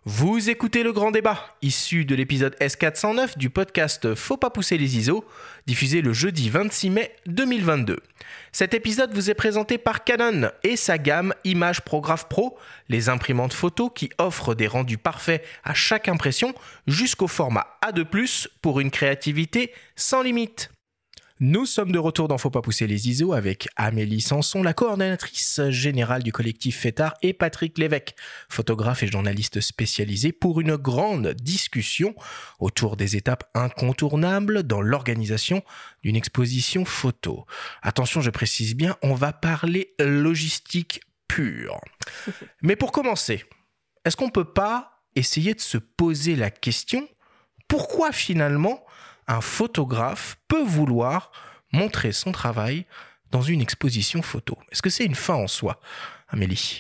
Vous écoutez Le Grand Débat, issu de l'épisode S409 du podcast Faut pas pousser les ISO, diffusé le jeudi 26 mai 2022. Cet épisode vous est présenté par Canon et sa gamme Image Prograph Pro, les imprimantes photo qui offrent des rendus parfaits à chaque impression jusqu'au format A2+, pour une créativité sans limite. Nous sommes de retour dans Faut pas pousser les ISO avec Amélie Sanson, la coordonnatrice générale du collectif Fêtard, et Patrick Lévesque, photographe et journaliste spécialisé, pour une grande discussion autour des étapes incontournables dans l'organisation d'une exposition photo. Attention, je précise bien, on va parler logistique pure. Mais pour commencer, est-ce qu'on peut pas essayer de se poser la question, pourquoi finalement un photographe peut vouloir montrer son travail dans une exposition photo? Est-ce que c'est une fin en soi, Amélie?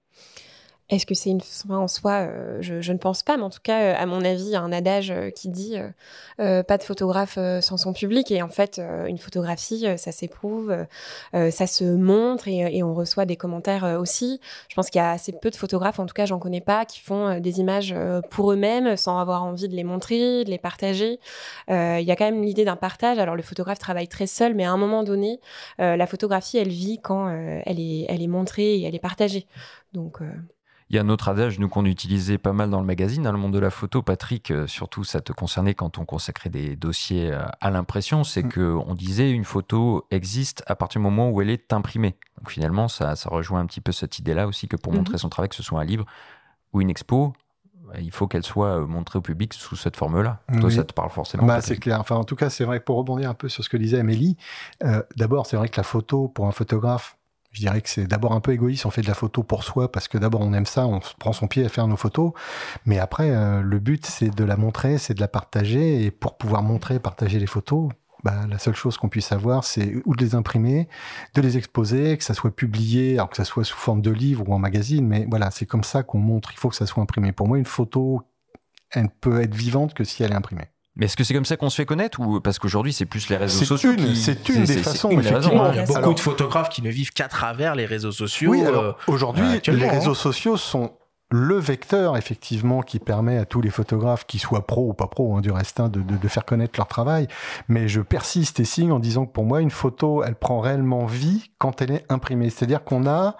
Est-ce que c'est une fin en soi? Je ne pense pas, mais en tout cas, à mon avis, il y a un adage qui dit pas de photographe sans son public. Et en fait, une photographie, ça s'éprouve, ça se montre et on reçoit des commentaires aussi. Je pense qu'il y a assez peu de photographes, en tout cas, j'en connais pas, qui font des images pour eux-mêmes sans avoir envie de les montrer, de les partager. Il y a quand même l'idée d'un partage. Alors, le photographe travaille très seul, mais à un moment donné, la photographie, elle vit quand elle est montrée et elle est partagée. Donc... Il y a un autre adage, nous, qu'on utilisait pas mal dans le magazine, dans le monde de la photo. Patrick, surtout, ça te concernait quand on consacrait des dossiers à l'impression, c'est qu'on disait une photo existe à partir du moment où elle est imprimée. Donc finalement, ça rejoint un petit peu cette idée-là aussi, que pour montrer son travail, que ce soit un livre ou une expo, il faut qu'elle soit montrée au public sous cette forme-là. Toi, ça te parle forcément. C'est clair. Enfin, en tout cas, c'est vrai que pour rebondir un peu sur ce que disait Amélie, d'abord, c'est vrai que la photo, pour un photographe, je dirais que c'est d'abord un peu égoïste, on fait de la photo pour soi, parce que d'abord on aime ça, on prend son pied à faire nos photos, mais après, le but c'est de la montrer, c'est de la partager, et pour pouvoir montrer, partager les photos, la seule chose qu'on puisse avoir, c'est ou de les imprimer, de les exposer, que ça soit publié, alors que ça soit sous forme de livre ou en magazine, mais voilà, c'est comme ça qu'on montre, il faut que ça soit imprimé. Pour moi, une photo, elle ne peut être vivante que si elle est imprimée. Mais est-ce que c'est comme ça qu'on se fait connaître, ou parce qu'aujourd'hui c'est plus les réseaux sociaux C'est une des façons, effectivement. Il y a beaucoup de photographes qui ne vivent qu'à travers les réseaux sociaux. Oui, alors aujourd'hui, les réseaux sociaux sont le vecteur, effectivement, qui permet à tous les photographes, qu'ils soient pros ou pas pros, du reste, de faire connaître leur travail. Mais je persiste et signe en disant que pour moi, une photo, elle prend réellement vie quand elle est imprimée. C'est-à-dire qu'on a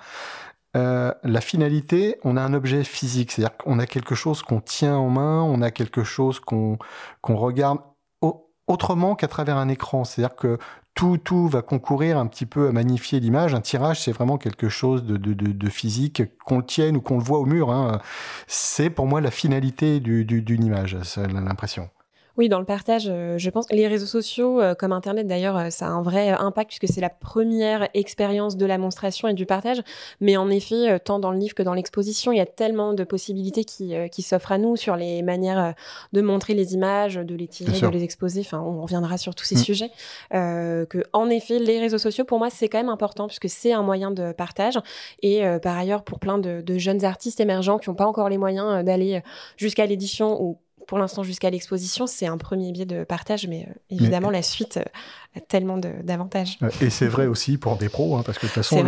la finalité, on a un objet physique, c'est-à-dire qu'on a quelque chose qu'on tient en main, on a quelque chose qu'on regarde autrement qu'à travers un écran. C'est-à-dire que tout va concourir un petit peu à magnifier l'image. Un tirage, c'est vraiment quelque chose de physique, qu'on le tienne ou qu'on le voit au mur. C'est pour moi la finalité d'une image, c'est l'impression. Oui, dans le partage, je pense les réseaux sociaux, comme Internet d'ailleurs, ça a un vrai impact puisque c'est la première expérience de la monstration et du partage. Mais en effet, tant dans le livre que dans l'exposition, il y a tellement de possibilités qui s'offrent à nous sur les manières de montrer les images, de les tirer, de les exposer. Enfin, on reviendra sur tous ces sujets. Que, en effet, les réseaux sociaux, pour moi, c'est quand même important puisque c'est un moyen de partage. Et par ailleurs, pour plein de jeunes artistes émergents qui n'ont pas encore les moyens d'aller jusqu'à l'édition ou pour l'instant jusqu'à l'exposition, c'est un premier biais de partage, mais évidemment la suite a tellement d'avantages. Et c'est vrai aussi pour des pros, parce que de toute façon,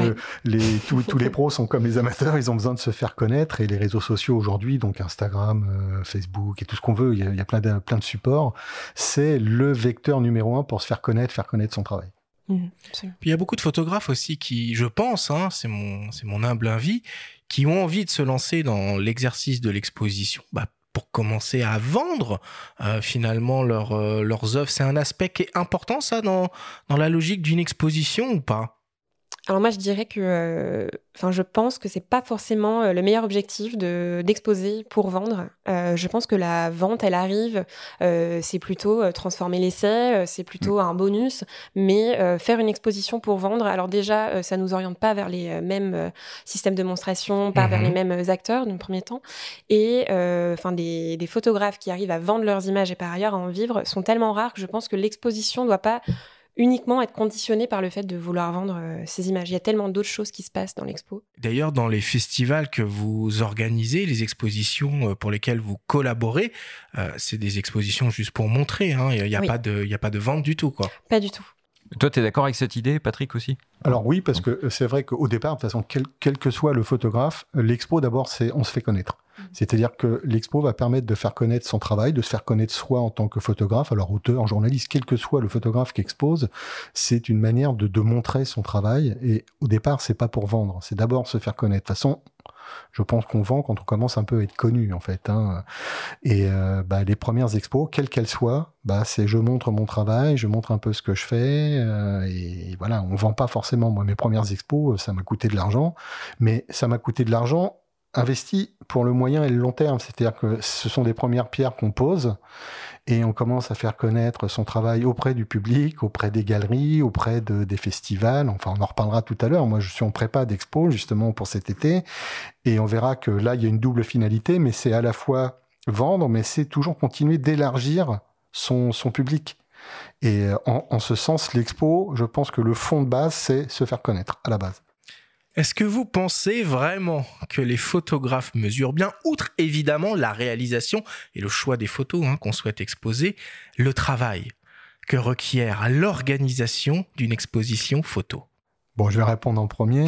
tous les pros sont comme les amateurs, ils ont besoin de se faire connaître, et les réseaux sociaux aujourd'hui, donc Instagram, Facebook et tout ce qu'on veut, il y a plein de supports, c'est le vecteur numéro 1 pour se faire connaître son travail. Puis il y a beaucoup de photographes aussi qui, je pense, c'est mon humble avis, qui ont envie de se lancer dans l'exercice de l'exposition, pour commencer à vendre finalement leurs œuvres. C'est un aspect qui est important, ça, dans la logique d'une exposition ou pas? Alors moi, je dirais que, je pense que c'est pas forcément le meilleur objectif d'exposer pour vendre. Je pense que la vente, elle arrive, c'est plutôt transformer l'essai, c'est plutôt un bonus. Mais faire une exposition pour vendre, alors déjà, ça nous oriente pas vers les mêmes systèmes de monstration, pas vers les mêmes acteurs, dans le premier temps. Et des photographes qui arrivent à vendre leurs images et par ailleurs à en vivre sont tellement rares que je pense que l'exposition doit pas uniquement être conditionné par le fait de vouloir vendre ces images. Il y a tellement d'autres choses qui se passent dans l'expo. D'ailleurs, dans les festivals que vous organisez, les expositions pour lesquelles vous collaborez, c'est des expositions juste pour montrer. Il n'y a pas de vente du tout, quoi. Pas du tout. Toi, tu es d'accord avec cette idée, Patrick, aussi ? Alors oui, parce que c'est vrai qu'au départ, de toute façon, quel que soit le photographe, l'expo, d'abord, on se fait connaître. C'est-à-dire que l'expo va permettre de faire connaître son travail, de se faire connaître soi en tant que photographe, alors auteur, journaliste, quel que soit le photographe qui expose, c'est une manière de montrer son travail. Et au départ, c'est pas pour vendre, c'est d'abord se faire connaître. De toute façon, je pense qu'on vend quand on commence un peu à être connu, en fait. Et les premières expos, quelles qu'elles soient, c'est je montre mon travail, je montre un peu ce que je fais. Et voilà, on vend pas forcément. Moi, mes premières expos, ça m'a coûté de l'argent, mais ça m'a coûté de l'argent investi pour le moyen et le long terme. C'est-à-dire que ce sont des premières pierres qu'on pose et on commence à faire connaître son travail auprès du public, auprès des galeries, auprès des festivals. Enfin, on en reparlera tout à l'heure. Moi, je suis en prépa d'expo, justement, pour cet été. Et on verra que là, il y a une double finalité, mais c'est à la fois vendre, mais c'est toujours continuer d'élargir son public. Et en ce sens, l'expo, je pense que le fond de base, c'est se faire connaître à la base. Est-ce que vous pensez vraiment que les photographes mesurent bien, outre évidemment la réalisation et le choix des photos qu'on souhaite exposer, le travail que requiert l'organisation d'une exposition photo ? Bon, je vais répondre en premier.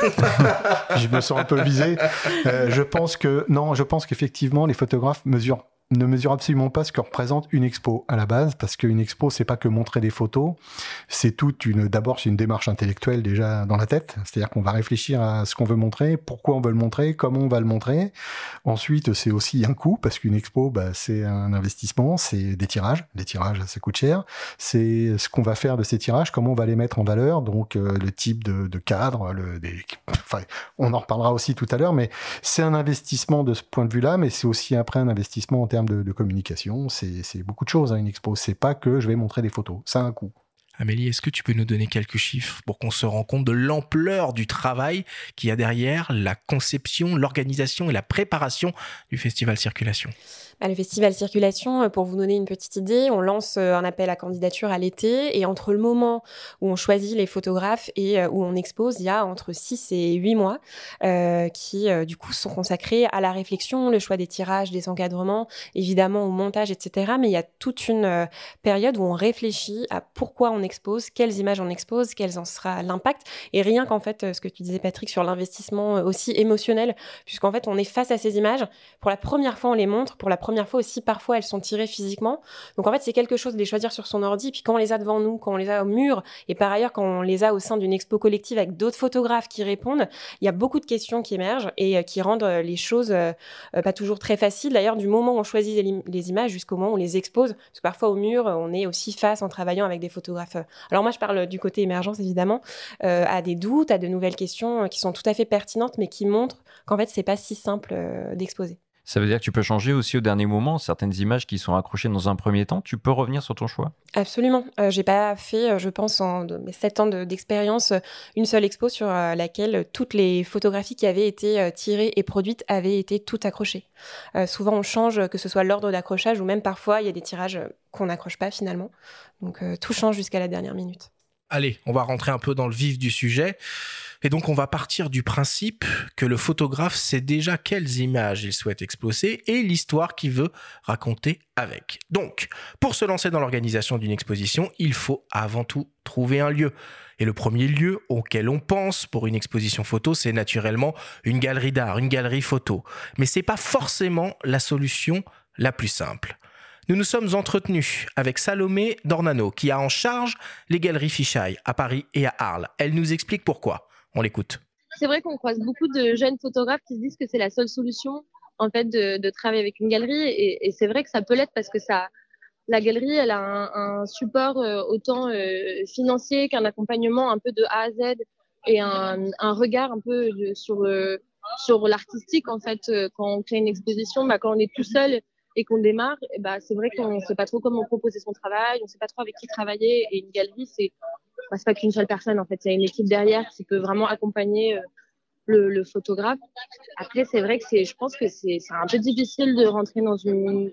Je me sens un peu visé. Je pense qu'effectivement, les photographes ne mesurent absolument pas ce que représente une expo à la base, parce qu'une expo, c'est pas que montrer des photos, c'est d'abord, c'est une démarche intellectuelle déjà dans la tête, c'est-à-dire qu'on va réfléchir à ce qu'on veut montrer, pourquoi on veut le montrer, comment on va le montrer. Ensuite, c'est aussi un coût, parce qu'une expo, c'est un investissement, c'est des tirages. Les tirages, ça coûte cher. C'est ce qu'on va faire de ces tirages, comment on va les mettre en valeur, donc le type de cadre, on en reparlera aussi tout à l'heure, mais c'est un investissement de ce point de vue-là, mais c'est aussi après un investissement en termes de communication, c'est beaucoup de choses, une expo. C'est pas que je vais montrer des photos, ça a un coût. Amélie, est-ce que tu peux nous donner quelques chiffres pour qu'on se rende compte de l'ampleur du travail qu'il y a derrière la conception, l'organisation et la préparation du Festival Circulation ? Le Festival Circulation, pour vous donner une petite idée, on lance un appel à candidature à l'été et entre le moment où on choisit les photographes et où on expose, il y a entre 6 et 8 mois qui du coup sont consacrés à la réflexion, le choix des tirages, des encadrements, évidemment au montage, etc. Mais il y a toute une période où on réfléchit à pourquoi on expose, quelles images on expose, quel en sera l'impact. Et rien qu'en fait, ce que tu disais Patrick sur l'investissement aussi émotionnel, puisqu'en fait on est face à ces images, pour la première fois on les montre, pour la première fois aussi, parfois elles sont tirées physiquement. Donc en fait, c'est quelque chose de les choisir sur son ordi. Puis quand on les a devant nous, quand on les a au mur, et par ailleurs quand on les a au sein d'une expo collective avec d'autres photographes qui répondent, il y a beaucoup de questions qui émergent et qui rendent les choses pas toujours très faciles. D'ailleurs, du moment où on choisit les images jusqu'au moment où on les expose, parce que parfois au mur, on est aussi face en travaillant avec des photographes. Alors moi, je parle du côté émergence évidemment, à des doutes, à de nouvelles questions qui sont tout à fait pertinentes, mais qui montrent qu'en fait, c'est pas si simple d'exposer. Ça veut dire que tu peux changer aussi au dernier moment certaines images qui sont accrochées dans un premier temps. Tu peux revenir sur ton choix ? Absolument. J'ai pas fait, je pense, en mes 7 ans d'expérience, une seule expo sur laquelle toutes les photographies qui avaient été tirées et produites avaient été toutes accrochées. Souvent, on change, que ce soit l'ordre d'accrochage ou même parfois, il y a des tirages qu'on n'accroche pas finalement. Donc, tout change jusqu'à la dernière minute. Allez, on va rentrer un peu dans le vif du sujet. Et donc, on va partir du principe que le photographe sait déjà quelles images il souhaite exposer et l'histoire qu'il veut raconter avec. Donc, pour se lancer dans l'organisation d'une exposition, il faut avant tout trouver un lieu. Et le premier lieu auquel on pense pour une exposition photo, c'est naturellement une galerie d'art, une galerie photo. Mais c'est pas forcément la solution la plus simple. Nous nous sommes entretenus avec Salomé Dornano, qui a en charge les galeries Fisheye à Paris et à Arles. Elle nous explique pourquoi. On l'écoute. C'est vrai qu'on croise beaucoup de jeunes photographes qui se disent que c'est la seule solution en fait de travailler avec une galerie et c'est vrai que ça peut l'être parce que la galerie elle a un support autant financier qu'un accompagnement un peu de A à Z et un regard un peu sur l'artistique en fait quand on crée une exposition, quand on est tout seul et qu'on démarre, c'est vrai qu'on ne sait pas trop comment proposer son travail, on ne sait pas trop avec qui travailler et une galerie c'est pas qu'une seule personne en fait, il y a une équipe derrière qui peut vraiment accompagner le photographe. Après c'est vrai que je pense que c'est un peu difficile de rentrer dans une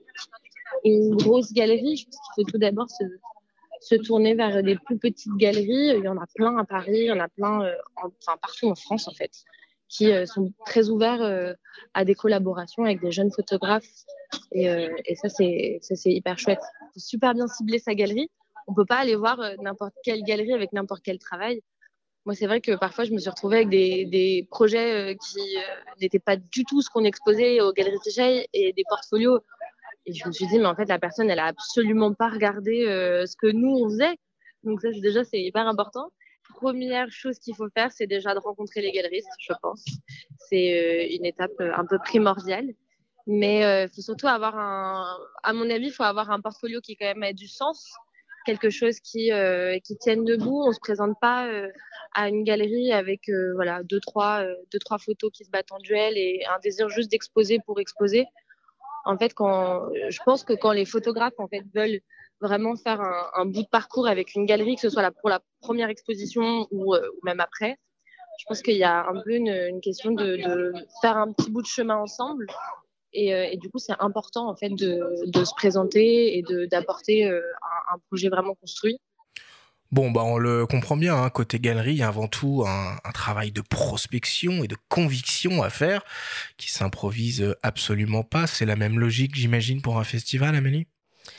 grosse galerie. Je pense qu'il faut tout d'abord se tourner vers des plus petites galeries. Il y en a plein à Paris, il y en a plein partout en France en fait, qui sont très ouverts à des collaborations avec des jeunes photographes et ça c'est hyper chouette. Il faut super bien cibler sa galerie On peut pas aller voir n'importe quelle galerie avec n'importe quel travail. Moi, c'est vrai que parfois, je me suis retrouvée avec des projets qui n'étaient pas du tout ce qu'on exposait aux galeries Tichet et des portfolios. Et je me suis dit, mais en fait, la personne, elle a absolument pas regardé ce que nous, on faisait. Donc ça, déjà, c'est hyper important. Première chose qu'il faut faire, c'est déjà de rencontrer les galeristes, je pense. C'est une étape un peu primordiale. Mais il faut surtout avoir à mon avis, il faut avoir un portfolio qui quand même ait du sens, quelque chose qui tienne debout. On se présente pas à une galerie avec voilà deux trois photos qui se battent en duel et un désir juste d'exposer pour exposer. En fait, je pense que quand les photographes en fait veulent vraiment faire un bout de parcours avec une galerie, que ce soit pour la première exposition ou même après, je pense qu'il y a un peu une question de faire un petit bout de chemin ensemble. Et du coup, c'est important en fait de se présenter et d'apporter un projet vraiment construit. Bon, bah on le comprend bien, hein, côté galerie, il y a avant tout un travail de prospection et de conviction à faire qui s'improvise absolument pas. C'est la même logique, j'imagine, pour un festival, Amélie ?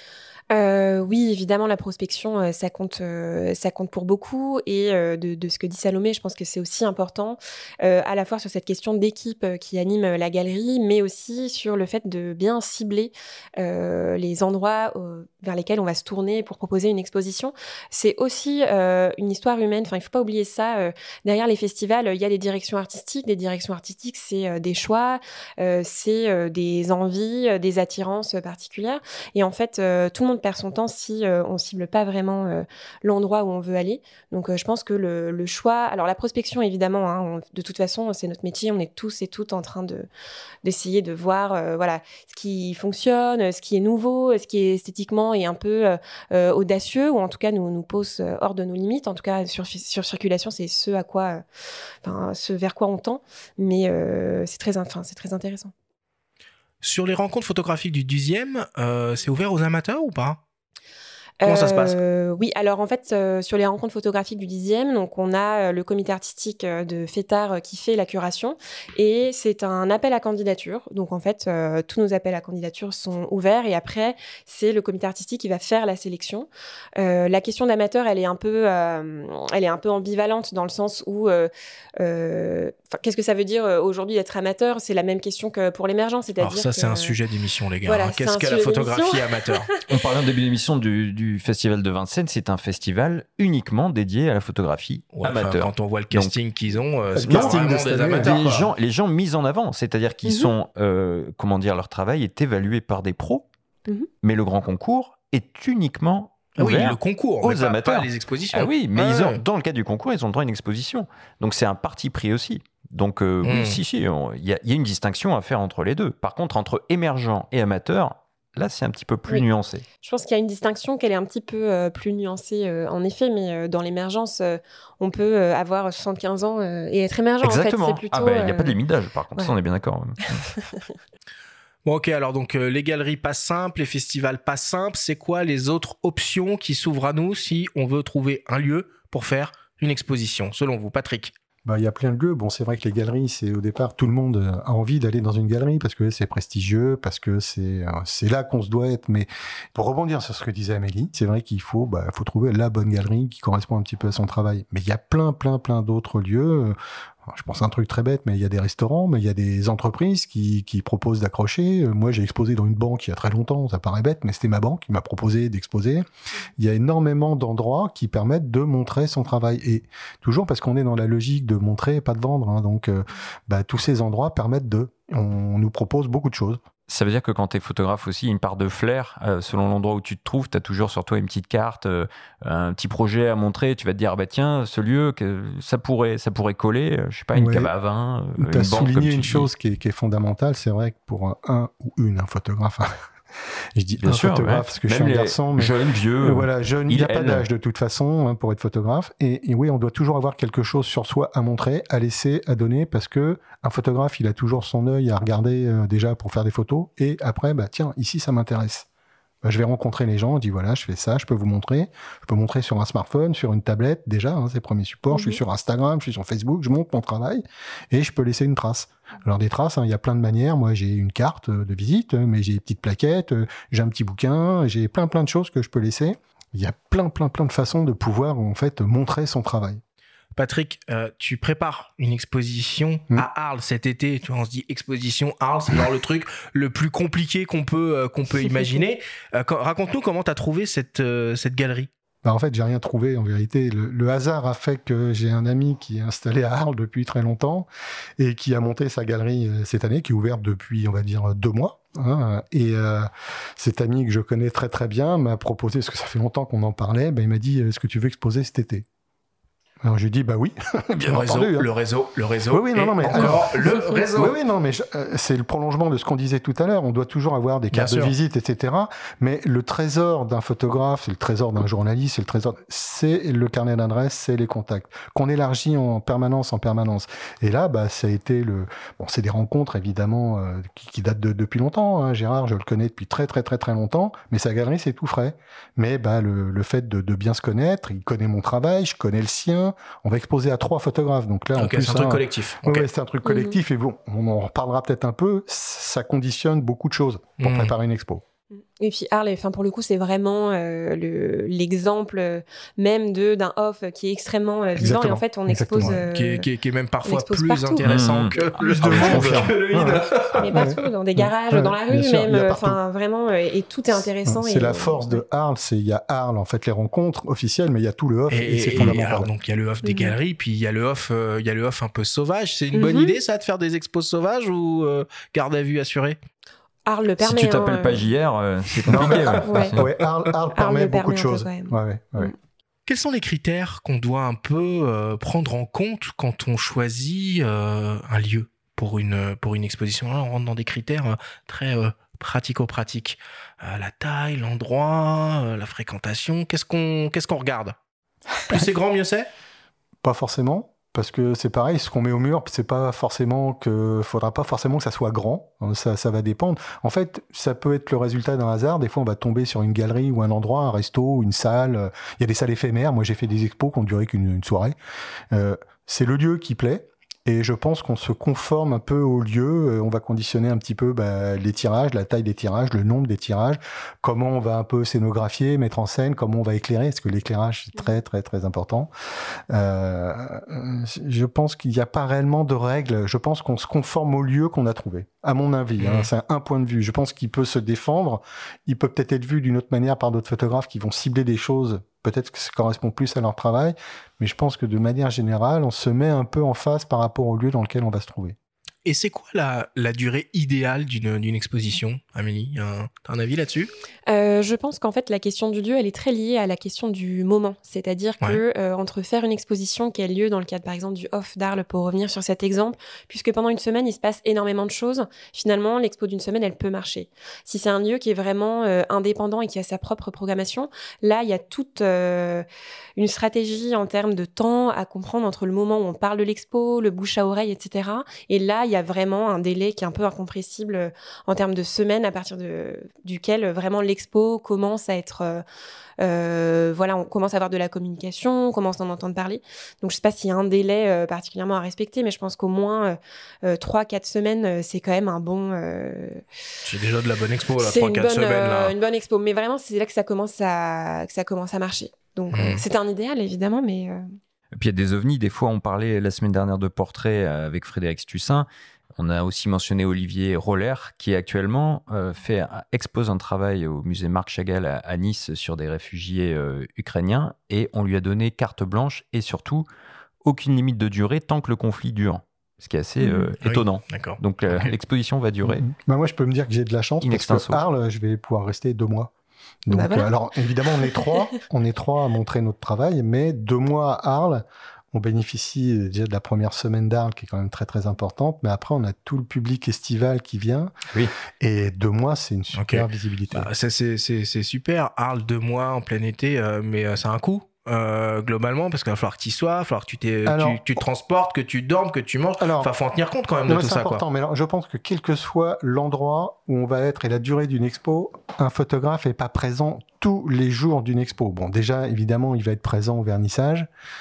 Oui, évidemment, la prospection, ça compte pour beaucoup. Et de ce que dit Salomé, je pense que c'est aussi important, à la fois sur cette question d'équipe qui anime la galerie, mais aussi sur le fait de bien cibler les endroits vers lesquels on va se tourner pour proposer une exposition. C'est aussi une histoire humaine. Enfin, il faut pas oublier ça. Derrière les festivals, il y a des directions artistiques. Des directions artistiques, c'est des choix, c'est des envies, des attirances particulières. Et en fait, tout le monde perd son temps si on cible pas vraiment l'endroit où on veut aller. Donc je pense que le choix, alors la prospection évidemment, hein, de toute façon c'est notre métier, on est tous et toutes en train d'essayer de voir voilà ce qui fonctionne, ce qui est nouveau, ce qui est esthétiquement et un peu audacieux ou en tout cas nous pose hors de nos limites. En tout cas sur circulation, c'est ce vers quoi on tend, mais c'est très intéressant. Sur les rencontres photographiques du 10e, c'est ouvert aux amateurs ou pas ? Comment ça se passe ? Oui, alors en fait, sur les rencontres photographiques du 10e, donc on a le comité artistique de Fêtard qui fait la curation et c'est un appel à candidature. Donc en fait, tous nos appels à candidature sont ouverts et après, c'est le comité artistique qui va faire la sélection. La question d'amateur, elle est un peu ambivalente dans le sens où qu'est-ce que ça veut dire aujourd'hui d'être amateur ? C'est la même question que pour l'émergence, c'est-à-dire alors ça, c'est un sujet d'émission, les gars. Voilà, qu'est-ce que la photographie amateur ? On parlait en début d'émission du Festival de Vincennes, c'est un festival uniquement dédié à la photographie amateur. Quand on voit le casting qu'ils ont, c'est pas vraiment des amateurs. Les gens mis en avant, c'est-à-dire qu'ils sont, leur travail est évalué par des pros, mais le grand concours est uniquement ouvert le concours, aux amateurs. Pas les expositions. Ah oui, mais dans le cadre du concours, ils ont le droit à une exposition. Donc c'est un parti pris aussi. Donc oui, il y a une distinction à faire entre les deux. Par contre, entre émergents et amateurs, là, c'est un petit peu plus nuancé. Je pense qu'il y a une distinction qu'elle est un petit peu plus nuancée, en effet, mais dans l'émergence, on peut avoir 75 ans et être émergent. Exactement. En fait, c'est plutôt, il n'y a pas de limite d'âge, par contre, ça, on est bien d'accord. Bon, ok, alors donc les galeries pas simples, les festivals pas simples, c'est quoi les autres options qui s'ouvrent à nous si on veut trouver un lieu pour faire une exposition, selon vous, Patrick ? Il y a plein de lieux. Bon, c'est vrai que les galeries, c'est au départ, tout le monde a envie d'aller dans une galerie parce que c'est prestigieux, parce que c'est là qu'on se doit être. Mais pour rebondir sur ce que disait Amélie, c'est vrai qu'il faut trouver la bonne galerie qui correspond un petit peu à son travail. Mais il y a plein d'autres lieux. Je pense à un truc très bête, mais il y a des restaurants, mais il y a des entreprises qui proposent d'accrocher. Moi, j'ai exposé dans une banque il y a très longtemps, ça paraît bête, mais c'était ma banque qui m'a proposé d'exposer. Il y a énormément d'endroits qui permettent de montrer son travail. Et toujours parce qu'on est dans la logique de montrer et pas de vendre. Hein. Donc, tous ces endroits permettent on nous propose beaucoup de choses. Ça veut dire que quand tu es photographe aussi, une part de flair, selon l'endroit où tu te trouves, tu as toujours sur toi une petite carte, un petit projet à montrer. Tu vas te dire, tiens, ce lieu, ça pourrait coller, je sais pas, une cave à vin, une banque. Tu as souligné une chose qui est fondamentale, c'est vrai que pour un photographe... Je dis bien sûr, photographe parce que je suis un garçon, mais jeune, vieux, jeune, il n'y a pas d'âge de toute façon pour être photographe. Et oui, on doit toujours avoir quelque chose sur soi à montrer, à laisser, à donner, parce que un photographe, il a toujours son œil à regarder déjà pour faire des photos, et après, tiens, ici ça m'intéresse. Je vais rencontrer les gens, on dit voilà, je fais ça, je peux vous montrer. Je peux montrer sur un smartphone, sur une tablette, déjà, c'est le premier support. Je suis sur Instagram, je suis sur Facebook, je montre mon travail et je peux laisser une trace. Alors des traces, il y a plein de manières. Moi, j'ai une carte de visite, mais j'ai des petites plaquettes, j'ai un petit bouquin, j'ai plein de choses que je peux laisser. Il y a plein de façons de pouvoir en fait montrer son travail. Patrick, tu prépares une exposition à Arles cet été. Tu vois, on se dit exposition Arles, c'est genre le truc le plus compliqué qu'on peut imaginer. Raconte-nous comment tu as trouvé cette galerie. En fait, j'ai rien trouvé en vérité. Le hasard a fait que j'ai un ami qui est installé à Arles depuis très longtemps et qui a monté sa galerie cette année, qui est ouverte depuis, on va dire, 2 mois. Et cet ami que je connais très très bien m'a proposé, parce que ça fait longtemps qu'on en parlait, il m'a dit, est-ce que tu veux exposer cet été ? Alors je lui dis oui, bien entendu. Le réseau. Oui, non, mais encore le réseau. Oui, non, mais c'est le prolongement de ce qu'on disait tout à l'heure. On doit toujours avoir des cartes de visite, etc. Mais le trésor d'un photographe, c'est le trésor d'un journaliste, c'est le carnet d'adresses, c'est les contacts qu'on élargit en permanence. Et là, ça a été c'est des rencontres évidemment qui datent depuis longtemps. Hein. Gérard, je le connais depuis très très très très longtemps, mais sa galerie c'est tout frais. Mais le fait de bien se connaître, il connaît mon travail, je connais le sien. On va exposer à 3 photographes, donc là, en plus, c'est un truc collectif. Oui, c'est un truc collectif, et on en reparlera peut-être un peu. Ça conditionne beaucoup de choses pour préparer une expo. Et puis Arles, pour le coup, c'est vraiment l'exemple même d'un off qui est extrêmement vivant. Et en fait, on expose... qui est même parfois plus intéressant que plus de monde que le vide. Mais partout, dans des garages, dans la rue même. Vraiment, et tout est intéressant. C'est la force de Arles. Il y a Arles, en fait, les rencontres officielles, mais il y a tout le off. Et c'est fondamental. Alors, donc, il y a le off des galeries, puis il y a le off un peu sauvage. C'est une bonne idée, ça, de faire des expos sauvages ou garde à vue assurée? Arles le permet. Si tu t'appelles pas JR, c'est compliqué. Arles permet beaucoup de choses. Quels sont les critères qu'on doit un peu prendre en compte quand on choisit un lieu pour une exposition? Là, on rentre dans des critères très pratico-pratiques. La taille, l'endroit, la fréquentation. Qu'est-ce qu'on regarde? Plus c'est grand, mieux c'est? Pas forcément. Parce que c'est pareil, ce qu'on met au mur, faudra pas forcément que ça soit grand. Ça va dépendre. En fait, ça peut être le résultat d'un hasard. Des fois, on va tomber sur une galerie ou un endroit, un resto, une salle. Il y a des salles éphémères. Moi, j'ai fait des expos qui ont duré qu'une soirée. C'est le lieu qui plaît. Et je pense qu'on se conforme un peu au lieu. On va conditionner un petit peu les tirages, la taille des tirages, le nombre des tirages, comment on va un peu scénographier, mettre en scène, comment on va éclairer, parce que l'éclairage c'est très très très important. Je pense qu'il n'y a pas réellement de règles. Je pense qu'on se conforme au lieu qu'on a trouvé. À mon avis, c'est un point de vue. Je pense qu'il peut se défendre. Il peut peut-être être vu d'une autre manière par d'autres photographes qui vont cibler des choses. Peut-être que ça correspond plus à leur travail, mais je pense que de manière générale, on se met un peu en face par rapport au lieu dans lequel on va se trouver. Et c'est quoi la durée idéale d'une exposition, Amélie? T'as un avis là-dessus? Je pense qu'en fait, la question du lieu, elle est très liée à la question du moment. C'est-à-dire que entre faire une exposition qui a lieu dans le cadre, par exemple, du Off d'Arles, pour revenir sur cet exemple, puisque pendant une semaine, il se passe énormément de choses, finalement, l'expo d'une semaine, elle peut marcher. Si c'est un lieu qui est vraiment indépendant et qui a sa propre programmation, là, il y a toute une stratégie en termes de temps à comprendre entre le moment où on parle de l'expo, le bouche à oreille, etc. Et là, il y a vraiment un délai qui est un peu incompressible en termes de semaines à partir duquel vraiment l'expo commence à être... on commence à avoir de la communication, on commence à en entendre parler. Donc, je ne sais pas s'il y a un délai particulièrement à respecter, mais je pense qu'au moins 3-4 semaines, c'est quand même un bon... C'est déjà de la bonne expo, là, 3-4 semaines. Là. Une bonne expo, mais vraiment, c'est là que ça commence à marcher. Donc, c'est un idéal, évidemment, mais... Et puis, il y a des ovnis. Des fois, on parlait la semaine dernière de portraits avec Frédéric Stussin. On a aussi mentionné Olivier Roller, qui actuellement expose un travail au musée Marc Chagall à Nice sur des réfugiés ukrainiens, et on lui a donné carte blanche et surtout aucune limite de durée tant que le conflit dure. Ce qui est assez étonnant. Oui, d'accord. Donc l'exposition va durer. Moi, je peux me dire que j'ai de la chance parce que Arles, je vais pouvoir rester 2 mois. Donc, alors évidemment, on est trois à montrer notre travail, mais 2 mois à Arles. On bénéficie déjà de la première semaine d'Arles, qui est quand même très très importante, mais après on a tout le public estival qui vient. Oui. Et 2 mois, c'est une super visibilité. C'est super. Arles 2 mois en plein été, mais ça a un coût. Globalement, parce qu'il va falloir que tu y sois, il va falloir que tu te transportes, que tu dormes, que tu manges. Enfin, faut en tenir compte quand même de tout ça. C'est important, mais alors, je pense que quel que soit l'endroit où on va être et la durée d'une expo, un photographe n'est pas présent tous les jours d'une expo. Bon, déjà, évidemment, il va être présent au vernissage,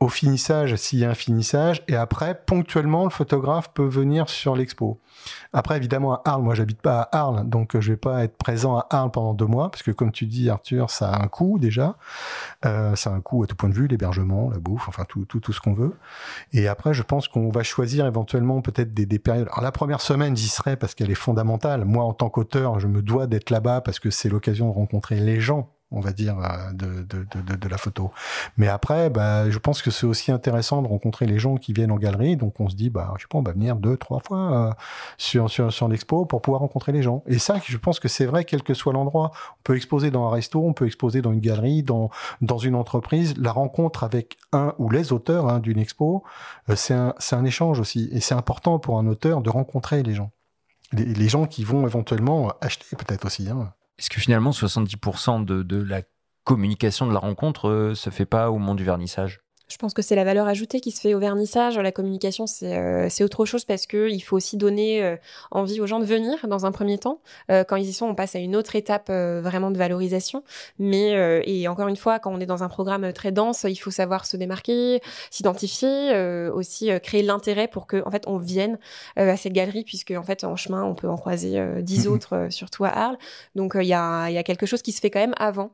au finissage, s'il y a un finissage, et après, ponctuellement, le photographe peut venir sur l'expo. Après, évidemment, à Arles, moi, j'habite pas à Arles, donc je vais pas être présent à Arles pendant 2 mois, parce que comme tu dis, Arthur, ça a un coût déjà. Ça a un coût à tout point de vue, l'hébergement, la bouffe, enfin tout ce qu'on veut. Et après, je pense qu'on va choisir éventuellement peut-être des périodes. Alors la première semaine, j'y serai parce qu'elle est fondamentale. Moi, en tant qu'auteur, je me dois d'être là-bas parce que c'est l'occasion de rencontrer les gens, on va dire, de la photo. Mais après, je pense que c'est aussi intéressant de rencontrer les gens qui viennent en galerie. Donc, on se dit, je sais pas, on va venir 2-3 fois sur l'expo pour pouvoir rencontrer les gens. Et ça, je pense que c'est vrai, quel que soit l'endroit. On peut exposer dans un resto, on peut exposer dans une galerie, dans une entreprise. La rencontre avec un ou les auteurs d'une expo, c'est un échange aussi. Et c'est important pour un auteur de rencontrer les gens. Les gens qui vont éventuellement acheter peut-être aussi, Est-ce que finalement 70% de la communication de la rencontre se fait pas au moment du vernissage ? Je pense que c'est la valeur ajoutée qui se fait au vernissage. La communication, c'est autre chose parce qu'il faut aussi donner envie aux gens de venir dans un premier temps. Quand ils y sont, on passe à une autre étape vraiment de valorisation. Mais et encore une fois, quand on est dans un programme très dense, il faut savoir se démarquer, s'identifier, aussi créer l'intérêt pour que en fait on vienne à cette galerie, puisque en fait en chemin on peut en croiser 10 autres, surtout à Arles. Donc il y a quelque chose qui se fait quand même avant.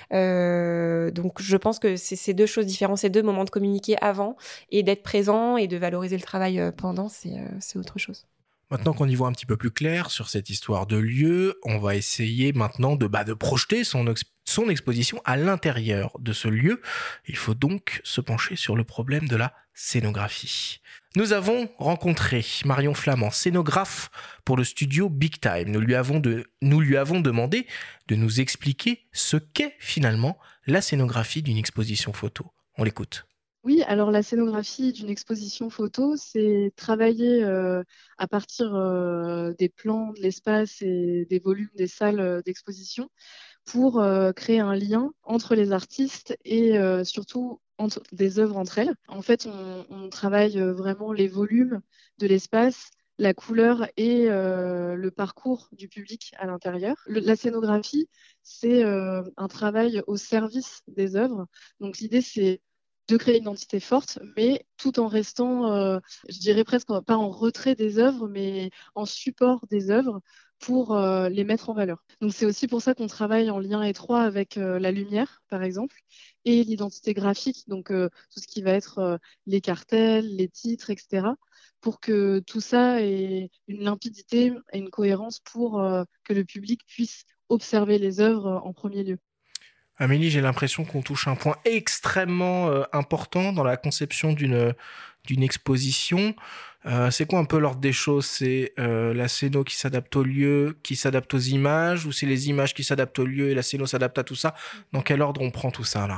Donc je pense que c'est ces deux choses différentes, ces deux moments de communiquer avant et d'être présent et de valoriser le travail pendant, c'est autre chose. Maintenant qu'on y voit un petit peu plus clair sur cette histoire de lieu, on va essayer maintenant de projeter son exposition à l'intérieur de ce lieu. Il faut donc se pencher sur le problème de la scénographie. Nous avons rencontré Marion Flamand, scénographe pour le studio Big Time. Nous lui avons demandé de nous expliquer ce qu'est finalement la scénographie d'une exposition photo. On l'écoute. Oui, alors la scénographie d'une exposition photo, c'est travailler à partir des plans de l'espace et des volumes des salles d'exposition pour créer un lien entre les artistes et surtout entre des œuvres entre elles. En fait, on travaille vraiment les volumes de l'espace, la couleur et le parcours du public à l'intérieur. La scénographie, c'est un travail au service des œuvres. Donc l'idée, c'est de créer une identité forte, mais tout en restant, je dirais presque pas en retrait des œuvres, mais en support des œuvres pour les mettre en valeur. Donc c'est aussi pour ça qu'on travaille en lien étroit avec la lumière, par exemple, et l'identité graphique, donc tout ce qui va être les cartels, les titres, etc., pour que tout ça ait une limpidité et une cohérence pour que le public puisse observer les œuvres en premier lieu. Amélie, j'ai l'impression qu'on touche un point extrêmement important dans la conception d'une exposition. C'est quoi un peu l'ordre des choses ? C'est la scéno qui s'adapte au lieu, qui s'adapte aux images, ou c'est les images qui s'adaptent au lieu et la scéno s'adapte à tout ça ? Dans quel ordre on prend tout ça là ?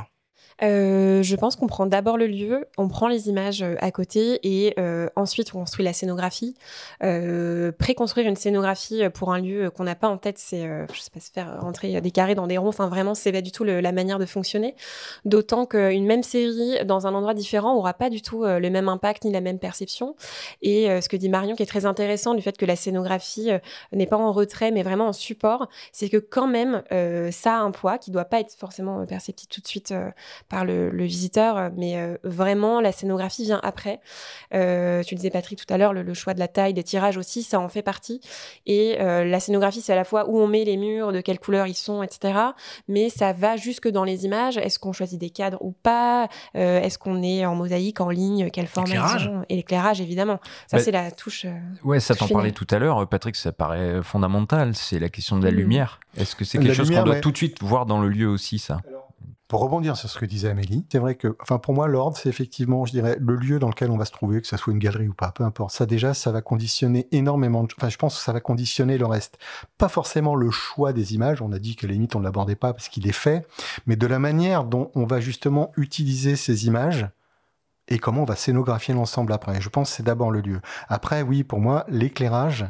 Je pense qu'on prend d'abord le lieu, on prend les images à côté et ensuite on construit la scénographie. Préconstruire une scénographie pour un lieu qu'on n'a pas en tête, c'est, je sais pas, se faire rentrer des carrés dans des ronds. Enfin, vraiment, c'est pas du tout la manière de fonctionner. D'autant qu'une même série dans un endroit différent aura pas du tout le même impact ni la même perception. Et ce que dit Marion, qui est très intéressant, du fait que la scénographie n'est pas en retrait, mais vraiment en support, c'est que quand même, ça a un poids qui doit pas être forcément perceptible tout de suite par le visiteur, mais vraiment la scénographie vient après. Tu disais Patrick tout à l'heure, le choix de la taille, des tirages aussi, ça en fait partie. Et la scénographie, c'est à la fois où on met les murs, de quelle couleur ils sont, etc. Mais ça va jusque dans les images. Est-ce qu'on choisit des cadres ou pas ? Est-ce qu'on est en mosaïque, en ligne ? Quel format ils ont ? Et l'éclairage, évidemment. Ça, c'est la touche. Ouais, ça t'en parlait tout à l'heure, Patrick, ça paraît fondamental. C'est la question de la lumière. Est-ce que c'est quelque chose qu'on doit tout de suite voir dans le lieu aussi, ça ? Pour rebondir sur ce que disait Amélie, c'est vrai que, pour moi, l'ordre, c'est effectivement, je dirais, le lieu dans lequel on va se trouver, que ça soit une galerie ou pas, peu importe. Ça, déjà, ça va conditionner énormément je pense que ça va conditionner le reste. Pas forcément le choix des images, on a dit que la limite, on ne l'abordait pas parce qu'il est fait, mais de la manière dont on va justement utiliser ces images et comment on va scénographier l'ensemble après. Je pense que c'est d'abord le lieu. Après, oui, pour moi, l'éclairage,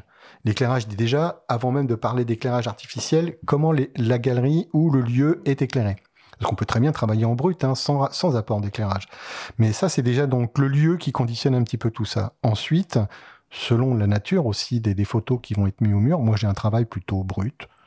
déjà, avant même de parler d'éclairage artificiel, comment la galerie ou le lieu est éclairé. Parce qu'on peut très bien travailler en brut, sans apport d'éclairage. Mais ça, c'est déjà donc le lieu qui conditionne un petit peu tout ça. Ensuite, selon la nature aussi des photos qui vont être mises au mur, moi j'ai un travail plutôt brut.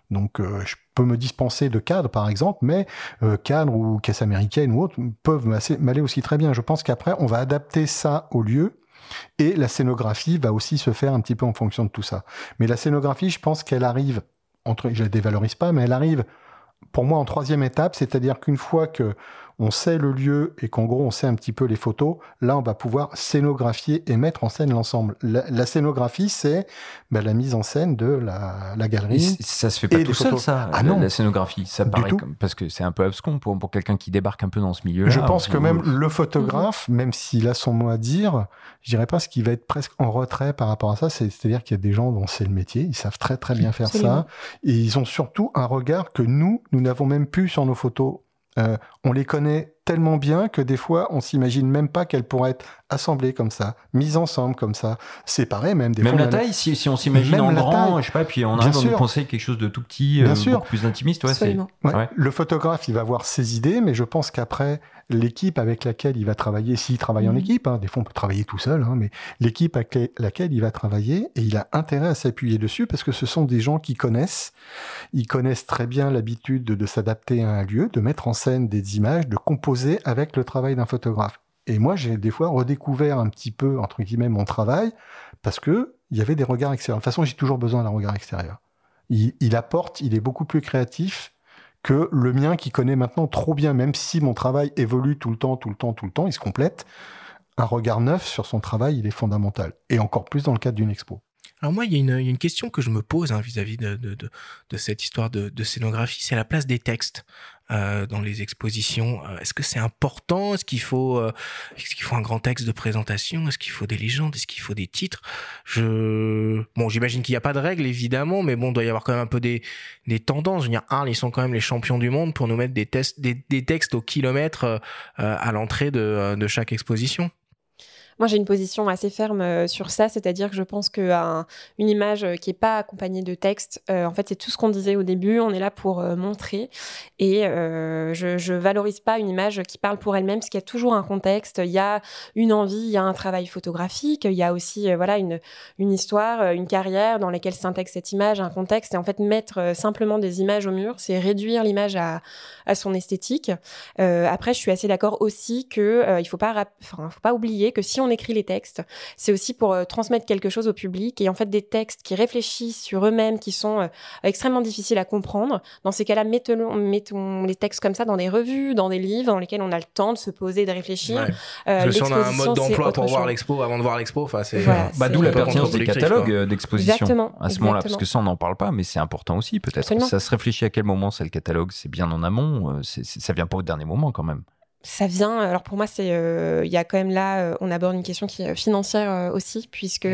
Donc, je peux me dispenser de cadres, par exemple, mais cadres ou caisses américaines ou autres peuvent m'aller aussi très bien. Je pense qu'après, on va adapter ça au lieu. Et la scénographie va aussi se faire un petit peu en fonction de tout ça. Mais la scénographie, je pense qu'elle arrive, je la dévalorise pas, mais elle arrive pour moi en troisième étape, c'est-à-dire qu'une fois que on sait le lieu et qu'en gros on sait un petit peu les photos, là on va pouvoir scénographier et mettre en scène l'ensemble. La scénographie, c'est la mise en scène de la galerie. Ça se fait pas tout seul, ça, la scénographie. Ça paraît parce que c'est un peu abscon pour quelqu'un qui débarque un peu dans ce milieu-là. Je pense que même le photographe, même s'il a son mot à dire, je dirais pas ce qui va être presque en retrait par rapport à ça, c'est-à-dire qu'il y a des gens dont c'est le métier, ils savent très très bien faire ça, et ils ont surtout un regard que nous n'avons même plus sur nos photos. On les connaît tellement bien que des fois, on s'imagine même pas qu'elles pourraient être assemblées comme ça, mises ensemble comme ça, séparées même. Même la taille, si on s'imagine en grand, je sais pas, puis on arrive à nous penser quelque chose de tout petit, beaucoup plus intimiste. Le photographe, il va avoir ses idées, mais je pense qu'après, l'équipe avec laquelle il va travailler, s'il travaille en équipe, des fois on peut travailler tout seul, mais l'équipe avec laquelle il va travailler, et il a intérêt à s'appuyer dessus parce que ce sont des gens qui connaissent. Ils connaissent très bien l'habitude de s'adapter à un lieu, de mettre en scène des images, de composer avec le travail d'un photographe. Et moi, j'ai des fois redécouvert un petit peu, entre guillemets, mon travail parce que il y avait des regards extérieurs. De toute façon, j'ai toujours besoin d'un regard extérieur. Il apporte, il est beaucoup plus créatif que le mien qui connaît maintenant trop bien, même si mon travail évolue tout le temps, il se complète. Un regard neuf sur son travail, il est fondamental. Et encore plus dans le cadre d'une expo. Alors moi, il y a une question que je me pose vis-à-vis de cette histoire de scénographie, c'est la place des textes dans les expositions. Est-ce que c'est important ? Est-ce qu'il faut un grand texte de présentation ? Est-ce qu'il faut des légendes ? Est-ce qu'il faut des titres ? J'imagine qu'il n'y a pas de règles, évidemment, mais il doit y avoir quand même un peu des tendances. Je veux dire, Arles, ils sont quand même les champions du monde pour nous mettre des textes au kilomètre à l'entrée de chaque exposition. Moi, j'ai une position assez ferme sur ça, c'est-à-dire que je pense qu'une image qui n'est pas accompagnée de texte, en fait, c'est tout ce qu'on disait au début, on est là pour montrer, et je valorise pas une image qui parle pour elle-même, parce qu'il y a toujours un contexte, il y a une envie, il y a un travail photographique, il y a aussi une histoire, une carrière dans laquelle s'intègre cette image, un contexte, et en fait, mettre simplement des images au mur, c'est réduire l'image à son esthétique. Après, je suis assez d'accord aussi que il faut pas oublier que si on écrit les textes, c'est aussi pour transmettre quelque chose au public, et en fait des textes qui réfléchissent sur eux-mêmes, qui sont extrêmement difficiles à comprendre. Dans ces cas-là, mettons les textes comme ça dans des revues, dans des livres, dans lesquels on a le temps de se poser, de réfléchir. Si on a un mode d'emploi pour voir l'expo, avant de voir l'expo, d'où la pertinence des catalogues d'exposition. Exactement, à ce moment-là, parce que ça on n'en parle pas, mais c'est important aussi peut-être. Absolument. Ça se réfléchit à quel moment c'est le catalogue, c'est bien en amont, ça vient pas au dernier moment quand même. Ça vient, alors pour moi, il y a quand même là, on aborde une question qui est financière aussi, puisque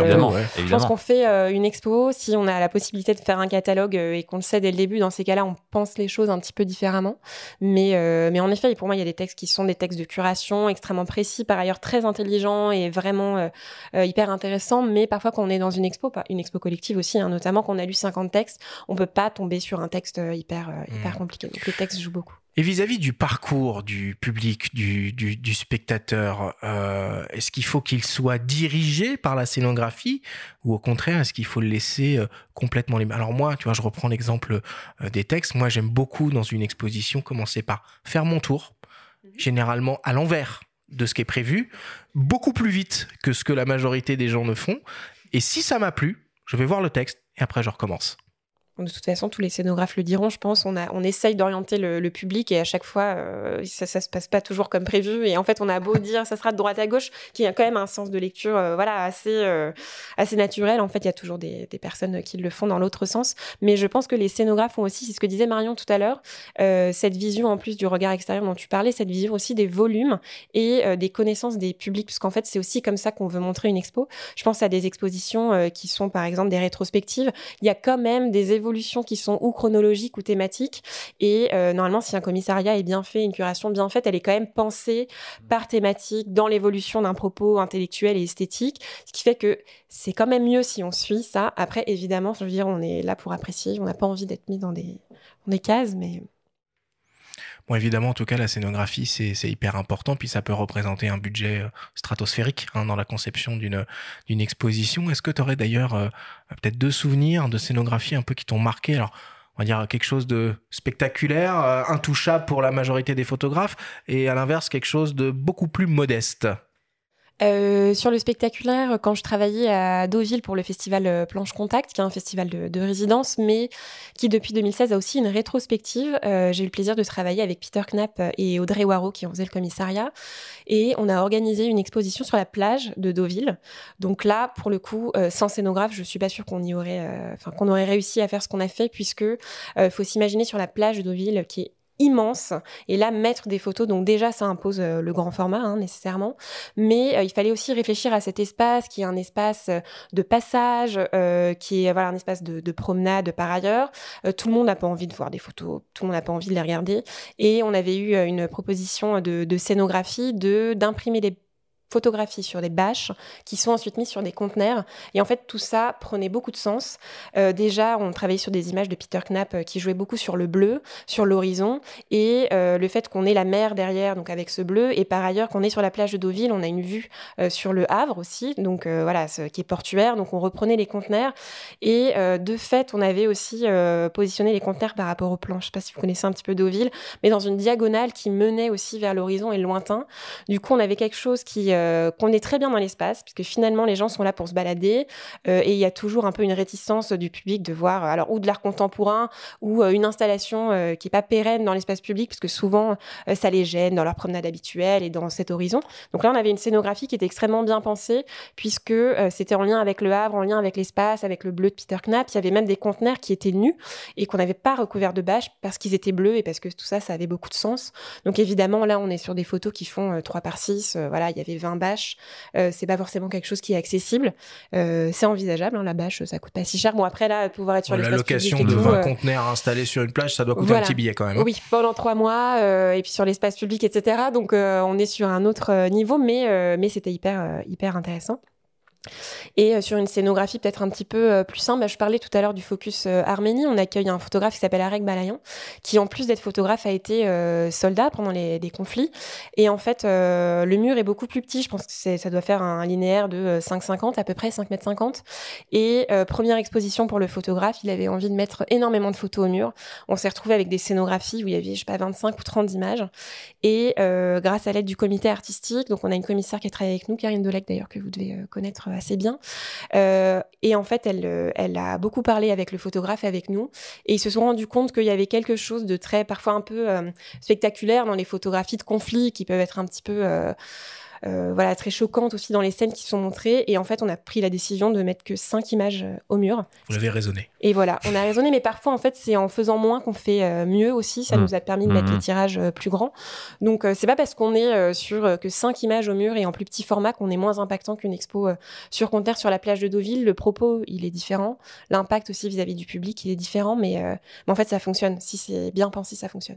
je pense qu'on fait une expo, si on a la possibilité de faire un catalogue et qu'on le sait dès le début, dans ces cas-là, on pense les choses un petit peu différemment. Mais en effet, pour moi, il y a des textes qui sont des textes de curation extrêmement précis, par ailleurs très intelligents et vraiment hyper intéressants, mais parfois quand on est dans une expo collective aussi, notamment quand on a lu 50 textes, on peut pas tomber sur un texte hyper compliqué. Donc les textes jouent beaucoup. Et vis-à-vis du parcours du public, du spectateur, est-ce qu'il faut qu'il soit dirigé par la scénographie ou au contraire, est-ce qu'il faut le laisser complètement libre ? Alors moi, tu vois, je reprends l'exemple des textes. Moi, j'aime beaucoup dans une exposition commencer par faire mon tour, généralement à l'envers de ce qui est prévu, beaucoup plus vite que ce que la majorité des gens ne font. Et si ça m'a plu, je vais voir le texte et après je recommence. De toute façon, tous les scénographes le diront, je pense. On essaye d'orienter le public et à chaque fois, ça se passe pas toujours comme prévu. Et en fait, on a beau dire ça sera de droite à gauche, qu'il y a quand même un sens de lecture assez naturel. En fait, il y a toujours des personnes qui le font dans l'autre sens. Mais je pense que les scénographes ont aussi, c'est ce que disait Marion tout à l'heure, cette vision en plus du regard extérieur dont tu parlais, cette vision aussi des volumes et des connaissances des publics. Parce qu'en fait, c'est aussi comme ça qu'on veut montrer une expo. Je pense à des expositions qui sont par exemple des rétrospectives. Il y a quand même des évolutions qui sont ou chronologiques ou thématiques, et normalement si un commissariat est bien fait, une curation bien faite, elle est quand même pensée par thématique dans l'évolution d'un propos intellectuel et esthétique, ce qui fait que c'est quand même mieux si on suit ça. Après évidemment, je veux dire, on est là pour apprécier, on n'a pas envie d'être mis dans des cases, mais... Bon, évidemment, en tout cas, la scénographie, c'est hyper important, puis ça peut représenter un budget stratosphérique dans la conception d'une exposition. Est-ce que tu aurais d'ailleurs peut-être 2 souvenirs de scénographie un peu qui t'ont marqué ? Alors, on va dire quelque chose de spectaculaire, intouchable pour la majorité des photographes, et à l'inverse quelque chose de beaucoup plus modeste. Sur le spectaculaire, quand je travaillais à Deauville pour le festival Planche Contact, qui est un festival de résidence, mais qui depuis 2016 a aussi une rétrospective, j'ai eu le plaisir de travailler avec Peter Knapp et Audrey Warreau qui en faisaient le commissariat, et on a organisé une exposition sur la plage de Deauville. Donc là, pour le coup, sans scénographe, je suis pas sûre qu'on aurait réussi à faire ce qu'on a fait, puisque faut s'imaginer sur la plage de Deauville qui est immense, et là mettre des photos, donc déjà ça impose le grand format nécessairement, mais il fallait aussi réfléchir à cet espace qui est un espace de passage, qui est un espace de promenade par ailleurs. Tout le monde n'a pas envie de voir des photos, tout le monde n'a pas envie de les regarder, et on avait eu une proposition de scénographie, d'imprimer des photographies sur des bâches qui sont ensuite mises sur des conteneurs. Et en fait, tout ça prenait beaucoup de sens. Déjà, on travaillait sur des images de Peter Knapp qui jouait beaucoup sur le bleu, sur l'horizon, et le fait qu'on ait la mer derrière, donc avec ce bleu, et par ailleurs qu'on est sur la plage de Deauville, on a une vue sur le Havre aussi, donc qui est portuaire, donc on reprenait les conteneurs. Et de fait, on avait aussi positionné les conteneurs par rapport aux plans. Je ne sais pas si vous connaissez un petit peu Deauville, mais dans une diagonale qui menait aussi vers l'horizon et le lointain. Du coup, on avait quelque chose qu'on est très bien dans l'espace, puisque finalement les gens sont là pour se balader, et il y a toujours un peu une réticence du public de voir ou de l'art contemporain ou une installation qui est pas pérenne dans l'espace public, parce que souvent ça les gêne dans leur promenade habituelle et dans cet horizon. Donc là on avait une scénographie qui était extrêmement bien pensée, puisque c'était en lien avec le Havre, en lien avec l'espace, avec le bleu de Peter Knapp. Il y avait même des conteneurs qui étaient nus et qu'on n'avait pas recouverts de bâches parce qu'ils étaient bleus et parce que tout ça avait beaucoup de sens. Donc évidemment là on est sur des photos qui font 3x6, il y avait 20 bâches, c'est pas forcément quelque chose qui est accessible, c'est envisageable, la bâche ça coûte pas si cher. Bon après là, pouvoir être sur l'espace public, la location de 20 conteneurs installés sur une plage, ça doit coûter un petit billet quand même. Oui, pendant 3 mois, et puis sur l'espace public, etc. Donc on est sur un autre niveau, mais c'était hyper intéressant. Et sur une scénographie peut-être un petit peu plus simple, je parlais tout à l'heure du Focus Arménie. On accueille un photographe qui s'appelle Arek Balayan, qui en plus d'être photographe a été soldat pendant des conflits. Et en fait, le mur est beaucoup plus petit. Je pense que ça doit faire un linéaire de 5,50 à peu près, 5,50 m. Et première exposition pour le photographe, il avait envie de mettre énormément de photos au mur. On s'est retrouvé avec des scénographies où il y avait, 25 ou 30 images. Et grâce à l'aide du comité artistique, donc on a une commissaire qui a travaillé avec nous, Karine Delec d'ailleurs, que vous devez connaître assez bien. Et en fait, elle a beaucoup parlé avec le photographe et avec nous. Et ils se sont rendus compte qu'il y avait quelque chose de très, parfois un peu spectaculaire dans les photographies de conflits qui peuvent être un petit peu... très choquante aussi dans les scènes qui sont montrées. Et en fait, on a pris la décision de mettre que 5 images au mur. Vous avez raisonné. Et voilà, on a raisonné, mais parfois, en fait, c'est en faisant moins qu'on fait mieux aussi. Ça nous a permis de mettre les tirages plus grands. Donc, c'est pas parce qu'on est sur que 5 images au mur et en plus petit format qu'on est moins impactant qu'une expo sur conteneur sur la plage de Deauville. Le propos, il est différent. L'impact aussi vis-à-vis du public, il est différent. Mais en fait, ça fonctionne. Si c'est bien pensé, ça fonctionne.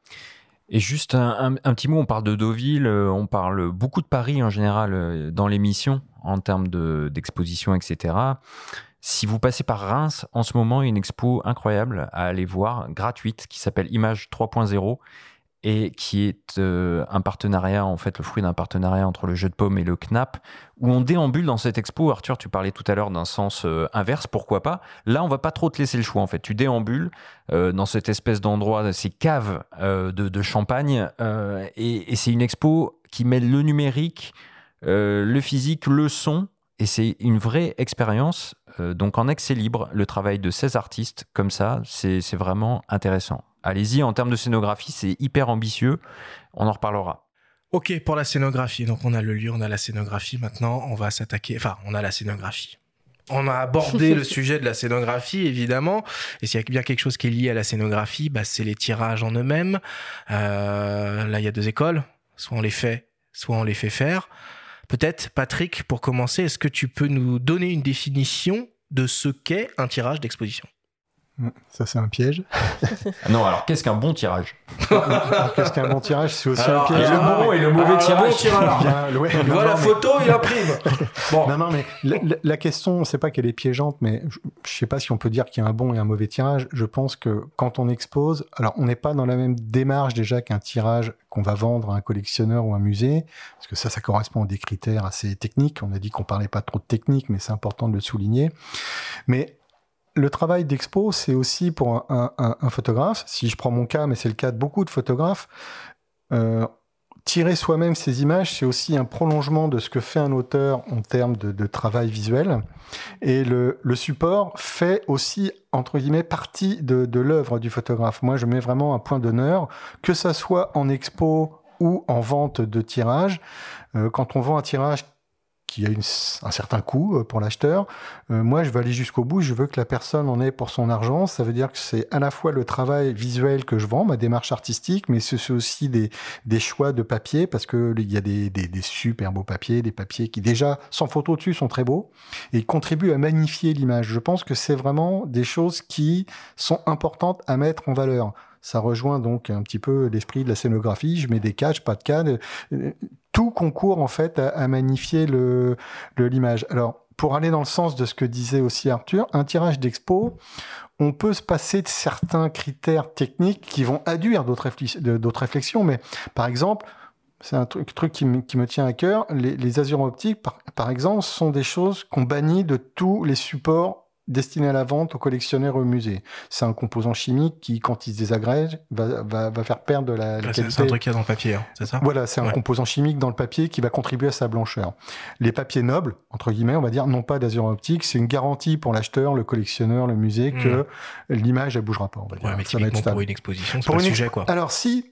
Et juste un petit mot, on parle de Deauville, on parle beaucoup de Paris en général dans l'émission en termes d'exposition, etc. Si vous passez par Reims, en ce moment, il y a une expo incroyable à aller voir, gratuite, qui s'appelle Image 3.0 et qui est un partenariat, en fait, le fruit d'un partenariat entre le Jeu de Paume et le Knapp, où on déambule dans cette expo. Arthur, tu parlais tout à l'heure d'un sens inverse, pourquoi pas. Là, on va pas trop te laisser le choix, en fait. Tu déambules dans cette espèce d'endroit, ces caves de champagne, et c'est une expo qui mêle le numérique, le physique, le son, et c'est une vraie expérience. Donc en accès libre, le travail de 16 artistes, comme ça, c'est vraiment intéressant. Allez-y, en termes de scénographie, c'est hyper ambitieux. On en reparlera. Ok, pour la scénographie. Donc, on a le lieu, on a la scénographie. Maintenant, on va s'attaquer... Enfin, on a la scénographie. On a abordé le sujet de la scénographie, évidemment. Et s'il y a bien quelque chose qui est lié à la scénographie, c'est les tirages en eux-mêmes. Là, il y a 2 écoles. Soit on les fait, soit on les fait faire. Peut-être, Patrick, pour commencer, est-ce que tu peux nous donner une définition de ce qu'est un tirage d'exposition ? Ça, c'est un piège. Non, alors qu'est-ce qu'un bon tirage ? Qu'est-ce qu'un bon tirage ? C'est aussi un piège. Et le bon et le mauvais tirage. Bon tirage. Il voit la photo, il imprime. Bon. Non, mais la question, c'est pas qu'elle est piégeante, mais je sais pas si on peut dire qu'il y a un bon et un mauvais tirage. Je pense que quand on expose, alors on n'est pas dans la même démarche déjà qu'un tirage qu'on va vendre à un collectionneur ou un musée, parce que ça correspond à des critères assez techniques. On a dit qu'on parlait pas trop de technique, mais c'est important de le souligner. Mais le travail d'expo, c'est aussi pour un photographe, si je prends mon cas, mais c'est le cas de beaucoup de photographes, tirer soi-même ces images, c'est aussi un prolongement de ce que fait un auteur en termes de travail visuel. Et le support fait aussi, entre guillemets, partie de l'œuvre du photographe. Moi, je mets vraiment un point d'honneur, que ça soit en expo ou en vente de tirage. Quand on vend un tirage qui a un certain coût pour l'acheteur, moi, je veux aller jusqu'au bout. Je veux que la personne en ait pour son argent. Ça veut dire que c'est à la fois le travail visuel que je vends, ma démarche artistique, mais c'est aussi des choix de papier, parce que il y a des super beaux papiers, des papiers qui déjà, sans photo dessus, sont très beaux et contribuent à magnifier l'image. Je pense que c'est vraiment des choses qui sont importantes à mettre en valeur. Ça rejoint donc un petit peu l'esprit de la scénographie. Je mets des cadres, pas de cadres. Tout concourt en fait à magnifier l'image. Alors, pour aller dans le sens de ce que disait aussi Arthur, un tirage d'expo, on peut se passer de certains critères techniques qui vont induire d'autres réflexions. Mais par exemple, c'est un truc qui me tient à cœur. Les azurons optiques, par exemple, sont des choses qu'on bannit de tous les supports destiné à la vente aux collectionneurs et au musée. C'est un composant chimique qui, quand il se désagrège, va faire perdre la qualité. C'est un truc qu'il y a dans le papier, hein, c'est ça ? Voilà, c'est un composant chimique dans le papier qui va contribuer à sa blancheur. Les papiers nobles, entre guillemets, on va dire, n'ont pas d'azuron optique. C'est une garantie pour l'acheteur, le collectionneur, le musée, que l'image, elle bougera pas. On va dire. Ouais, mais typiquement pour une exposition, c'est pas le sujet, quoi. Alors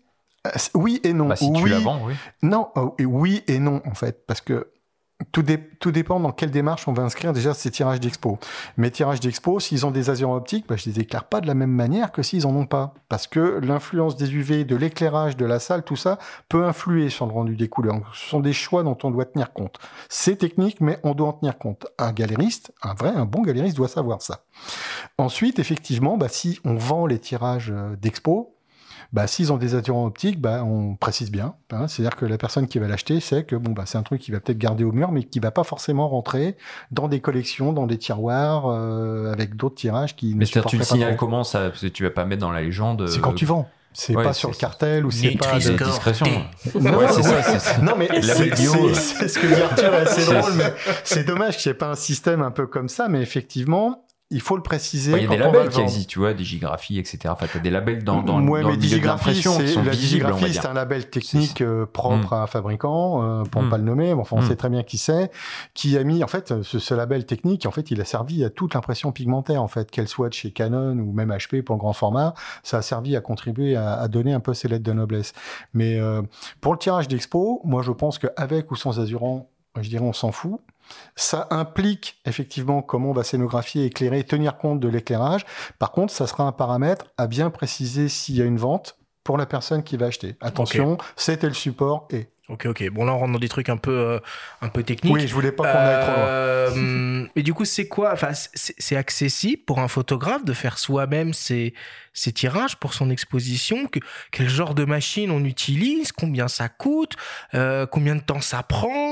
oui et non. Si tu la vends, oui. Non, oui et non, en fait, parce que tout dépend dans quelle démarche on va inscrire déjà ces tirages d'expo. Mes tirages d'expo, s'ils ont des azurons optiques, je les éclaire pas de la même manière que s'ils en ont pas. Parce que l'influence des UV, de l'éclairage, de la salle, tout ça, peut influer sur le rendu des couleurs. Ce sont des choix dont on doit tenir compte. C'est technique, mais on doit en tenir compte. Un galériste, un bon galériste doit savoir ça. Ensuite, effectivement, si on vend les tirages d'expo, s'ils ont des azurons optiques, on précise bien. C'est-à-dire que la personne qui va l'acheter sait que c'est un truc qui va peut-être garder au mur, mais qui va pas forcément rentrer dans des collections, dans des tiroirs, avec d'autres tirages qui ne supporteraient pas. Mais tu le signales comment ça ? Parce que tu vas pas mettre dans la légende. C'est quand tu vends. C'est pas sur le cartel ou c'est pas de discrétion. Ouais, c'est ça. Non, mais c'est ce que dit Arthur, c'est drôle, mais c'est dommage qu'il n'y ait pas un système un peu comme ça, mais effectivement, il faut le préciser. Il y a des labels qui existent, tu vois, Digigraphie, etc. Enfin, tu as des labels dans le milieu de l'impression qui sont visibles, on va dire. C'est un label technique propre à un fabricant, pour ne pas le nommer, on sait très bien qui c'est, qui a mis, en fait, ce label technique, en fait, il a servi à toute l'impression pigmentaire, en fait, qu'elle soit de chez Canon ou même HP pour le grand format, ça a servi à contribuer à donner un peu ces lettres de noblesse. Mais pour le tirage d'expo, moi, je pense qu'avec ou sans azurant, je dirais, on s'en fout. Ça implique effectivement comment on va scénographier, éclairer, tenir compte de l'éclairage. Par contre, ça sera un paramètre à bien préciser s'il y a une vente pour la personne qui va acheter. Attention, c'était le support et... Ok. Bon, là, on rentre dans des trucs un peu techniques. Oui, je voulais pas qu'on aille trop loin. Mais du coup, c'est quoi ? Enfin, c'est accessible pour un photographe de faire soi-même ses tirages pour son exposition. Quel genre de machine on utilise ? Combien ça coûte ? Combien de temps ça prend ?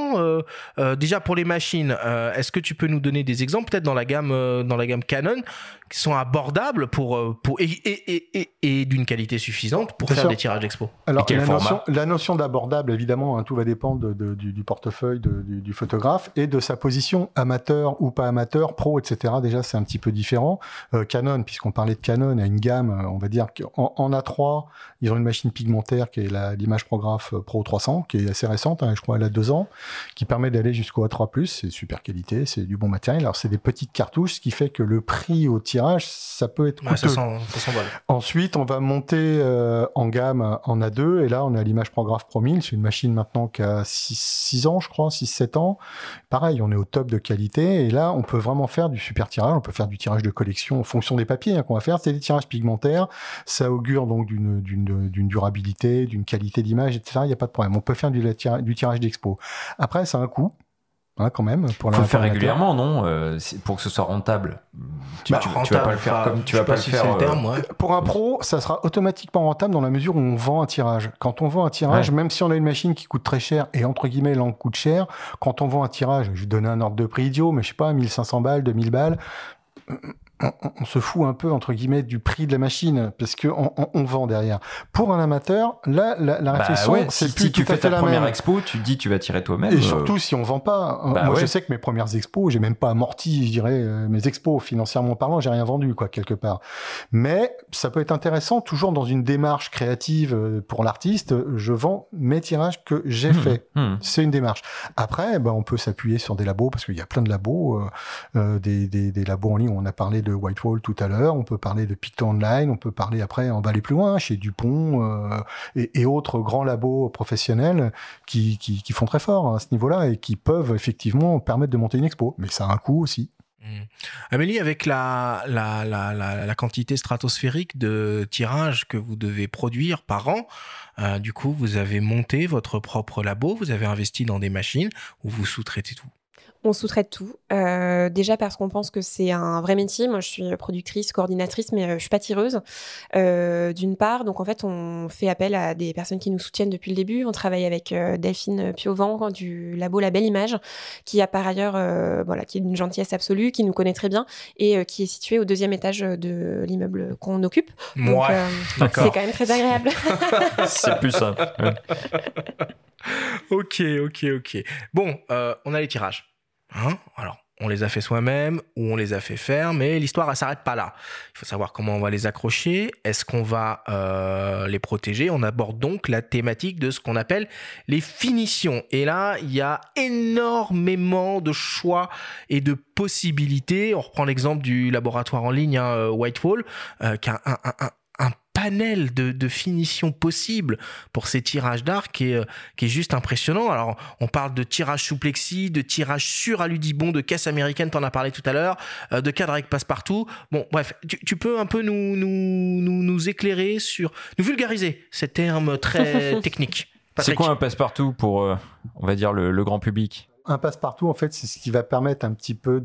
Déjà, pour les machines, est-ce que tu peux nous donner des exemples, peut-être dans la gamme Canon, qui sont abordables et d'une qualité suffisante pour faire des tirages d'expo ? Alors, la notion d'abordable, évidemment, tout va dépendre du portefeuille du photographe et de sa position amateur ou pas amateur, pro, etc. Déjà, c'est un petit peu différent. Canon, puisqu'on parlait de Canon, a une gamme, on va dire qu'en A3, ils ont une machine pigmentaire qui est l'Image Prograph Pro 300, qui est assez récente, je crois elle a 2 ans, qui permet d'aller jusqu'au A3+, c'est super qualité, c'est du bon matériel. Alors, c'est des petites cartouches, ce qui fait que le prix au tirage, ça peut être coûteux. 500 balles. Ensuite, on va monter en gamme en A2, et là, on a l'Image Prograph Pro 1000, c'est une machine maintenant qui a 6 ans, je crois, 6-7 ans. Pareil, on est au top de qualité. Et là, on peut vraiment faire du super tirage. On peut faire du tirage de collection en fonction des papiers qu'on va faire. C'est des tirages pigmentaires. Ça augure donc d'une durabilité, d'une qualité d'image, etc. Il n'y a pas de problème. On peut faire du tirage d'expo. Après, ça a un coût. Quand même. Il faut le faire régulièrement, non pour que ce soit rentable. Tu vas pas le faire comme tu vas pas le faire. Pour un pro, ça sera automatiquement rentable dans la mesure où on vend un tirage. Quand on vend un tirage, même si on a une machine qui coûte très cher et entre guillemets l'encre coûte cher, quand on vend un tirage, je vais donner un ordre de prix idiot, mais je sais pas, 1500 balles, 2000 balles. on se fout un peu, entre guillemets, du prix de la machine, parce qu'on vend derrière. Pour un amateur, là, la réflexion, c'est plus si tu tout à fais fait ta la première même. expo, tu te dis tu vas tirer toi-même. Et surtout si on vend pas. Moi, je sais que mes premières expos, j'ai même pas amorti, je dirais, mes expos, financièrement parlant, j'ai rien vendu, quoi, quelque part. Mais ça peut être intéressant, toujours dans une démarche créative pour l'artiste, je vends mes tirages que j'ai faits. C'est une démarche. Après, on peut s'appuyer sur des labos, parce qu'il y a plein de labos, des labos en ligne. On a parlé de Whitewall tout à l'heure, on peut parler de Picto Online, on peut parler après, on va aller plus loin, chez Dupont et autres grands labos professionnels qui font très fort à ce niveau-là et qui peuvent effectivement permettre de monter une expo. Mais ça a un coût aussi. Amélie, avec la quantité stratosphérique de tirages que vous devez produire par an, du coup, vous avez monté votre propre labo, vous avez investi dans des machines où vous sous-traitez tout. On sous-traite tout. Déjà parce qu'on pense que c'est un vrai métier. Moi, je suis productrice, coordinatrice, mais je suis pas tireuse, d'une part. Donc, en fait, on fait appel à des personnes qui nous soutiennent depuis le début. On travaille avec Delphine Piovent du labo La Belle Image, qui a par ailleurs, qui est d'une gentillesse absolue, qui nous connaît très bien et qui est située au 2e étage de l'immeuble qu'on occupe. Donc, c'est quand même très agréable. C'est plus simple. Ok. Bon, on a les tirages. Alors, on les a fait soi-même ou on les a fait faire, mais l'histoire, elle s'arrête pas là. Il faut savoir comment on va les accrocher. Est-ce qu'on va les protéger ? On aborde donc la thématique de ce qu'on appelle les finitions. Et là, il y a énormément de choix et de possibilités. On reprend l'exemple du laboratoire en ligne, Whitewall, qui a un panel de finitions possibles pour ces tirages d'art qui est juste impressionnant. Alors, on parle de tirage sous plexi, de tirage sur aludibond, de caisse américaine, t'en as parlé tout à l'heure, de cadre avec passe-partout. Bon, bref, tu peux un peu nous éclairer sur, nous vulgariser ces termes très techniques. C'est quoi un passe-partout pour, on va dire, le grand public ? Un passe-partout, en fait, c'est ce qui va permettre un petit peu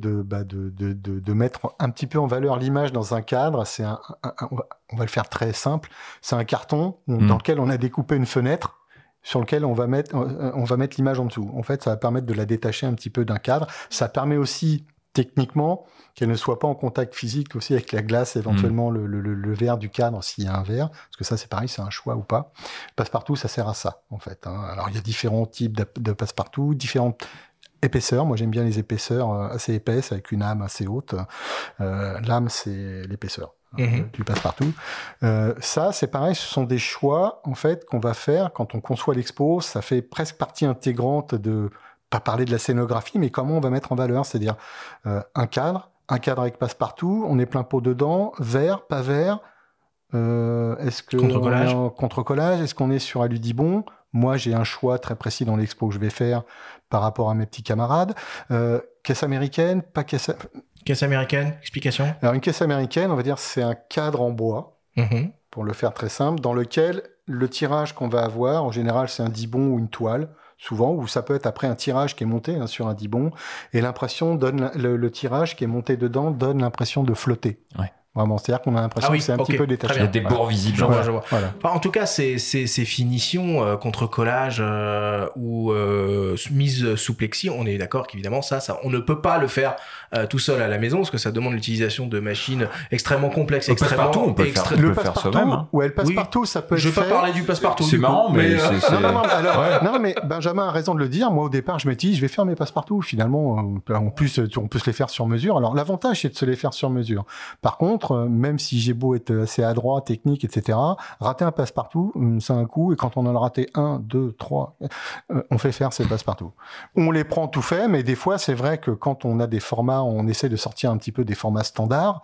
de mettre un petit peu en valeur l'image dans un cadre. C'est on va le faire très simple. C'est un carton dans lequel on a découpé une fenêtre sur lequel on va mettre l'image en dessous. En fait, ça va permettre de la détacher un petit peu d'un cadre. Ça permet aussi, techniquement, qu'elle ne soit pas en contact physique aussi avec la glace, éventuellement le verre du cadre, s'il y a un verre. Parce que ça, c'est pareil, c'est un choix ou pas. Passe-partout, ça sert à ça, en fait. Alors, il y a différents types de passe-partout, différentes épaisseurs. Moi, j'aime bien les épaisseurs assez épaisses, avec une âme assez haute. L'âme, c'est l'épaisseur du passe-partout. Ça, c'est pareil, ce sont des choix, en fait, qu'on va faire quand on conçoit l'expo. Ça fait presque partie intégrante de, pas parler de la scénographie, mais comment on va mettre en valeur. C'est-à-dire un cadre avec passe-partout, on est plein pot dedans, vert, pas vert. Est-ce que contre-collage. on est en contre-collage ? Est-ce qu'on est sur aludibond ? Moi, j'ai un choix très précis dans l'expo que je vais faire par rapport à mes petits camarades. Caisse américaine, pas caisse... Caisse américaine, explication. Alors, une caisse américaine, on va dire, c'est un cadre en bois, pour le faire très simple, dans lequel le tirage qu'on va avoir, en général, c'est un dibond ou une toile, souvent, ou ça peut être après un tirage qui est monté sur un dibond, et l'impression donne le tirage qui est monté dedans donne l'impression de flotter. Ouais. Vraiment, c'est-à-dire qu'on a l'impression que c'est un petit peu détaché. Il y a des bords visibles. Je vois. Voilà. Enfin, en tout cas, ces finitions contre-collage ou mise sous plexi, on est d'accord qu'évidemment, ça, on ne peut pas le faire tout seul à la maison, parce que ça demande l'utilisation de machines extrêmement complexes, extrêmement... On peut le faire soi-même. Ouais, le passe-partout, ça peut être fait. Je vais pas parler du passe-partout. C'est marrant, mais... Non, mais Benjamin a raison de le dire. Moi, au départ, je m'étais dit, je vais faire mes passe-partout. Finalement, en plus, on peut se les faire sur mesure. Alors, l'avantage, c'est de se les faire sur mesure. Par contre, même si j'ai beau être assez adroit, technique, etc., rater un passe-partout, c'est un coup, et quand on en a raté 1, 2, 3, on fait faire ces passe-partout. On les prend tout fait, mais des fois, c'est vrai que quand on a des formats, on essaie de sortir un petit peu des formats standards,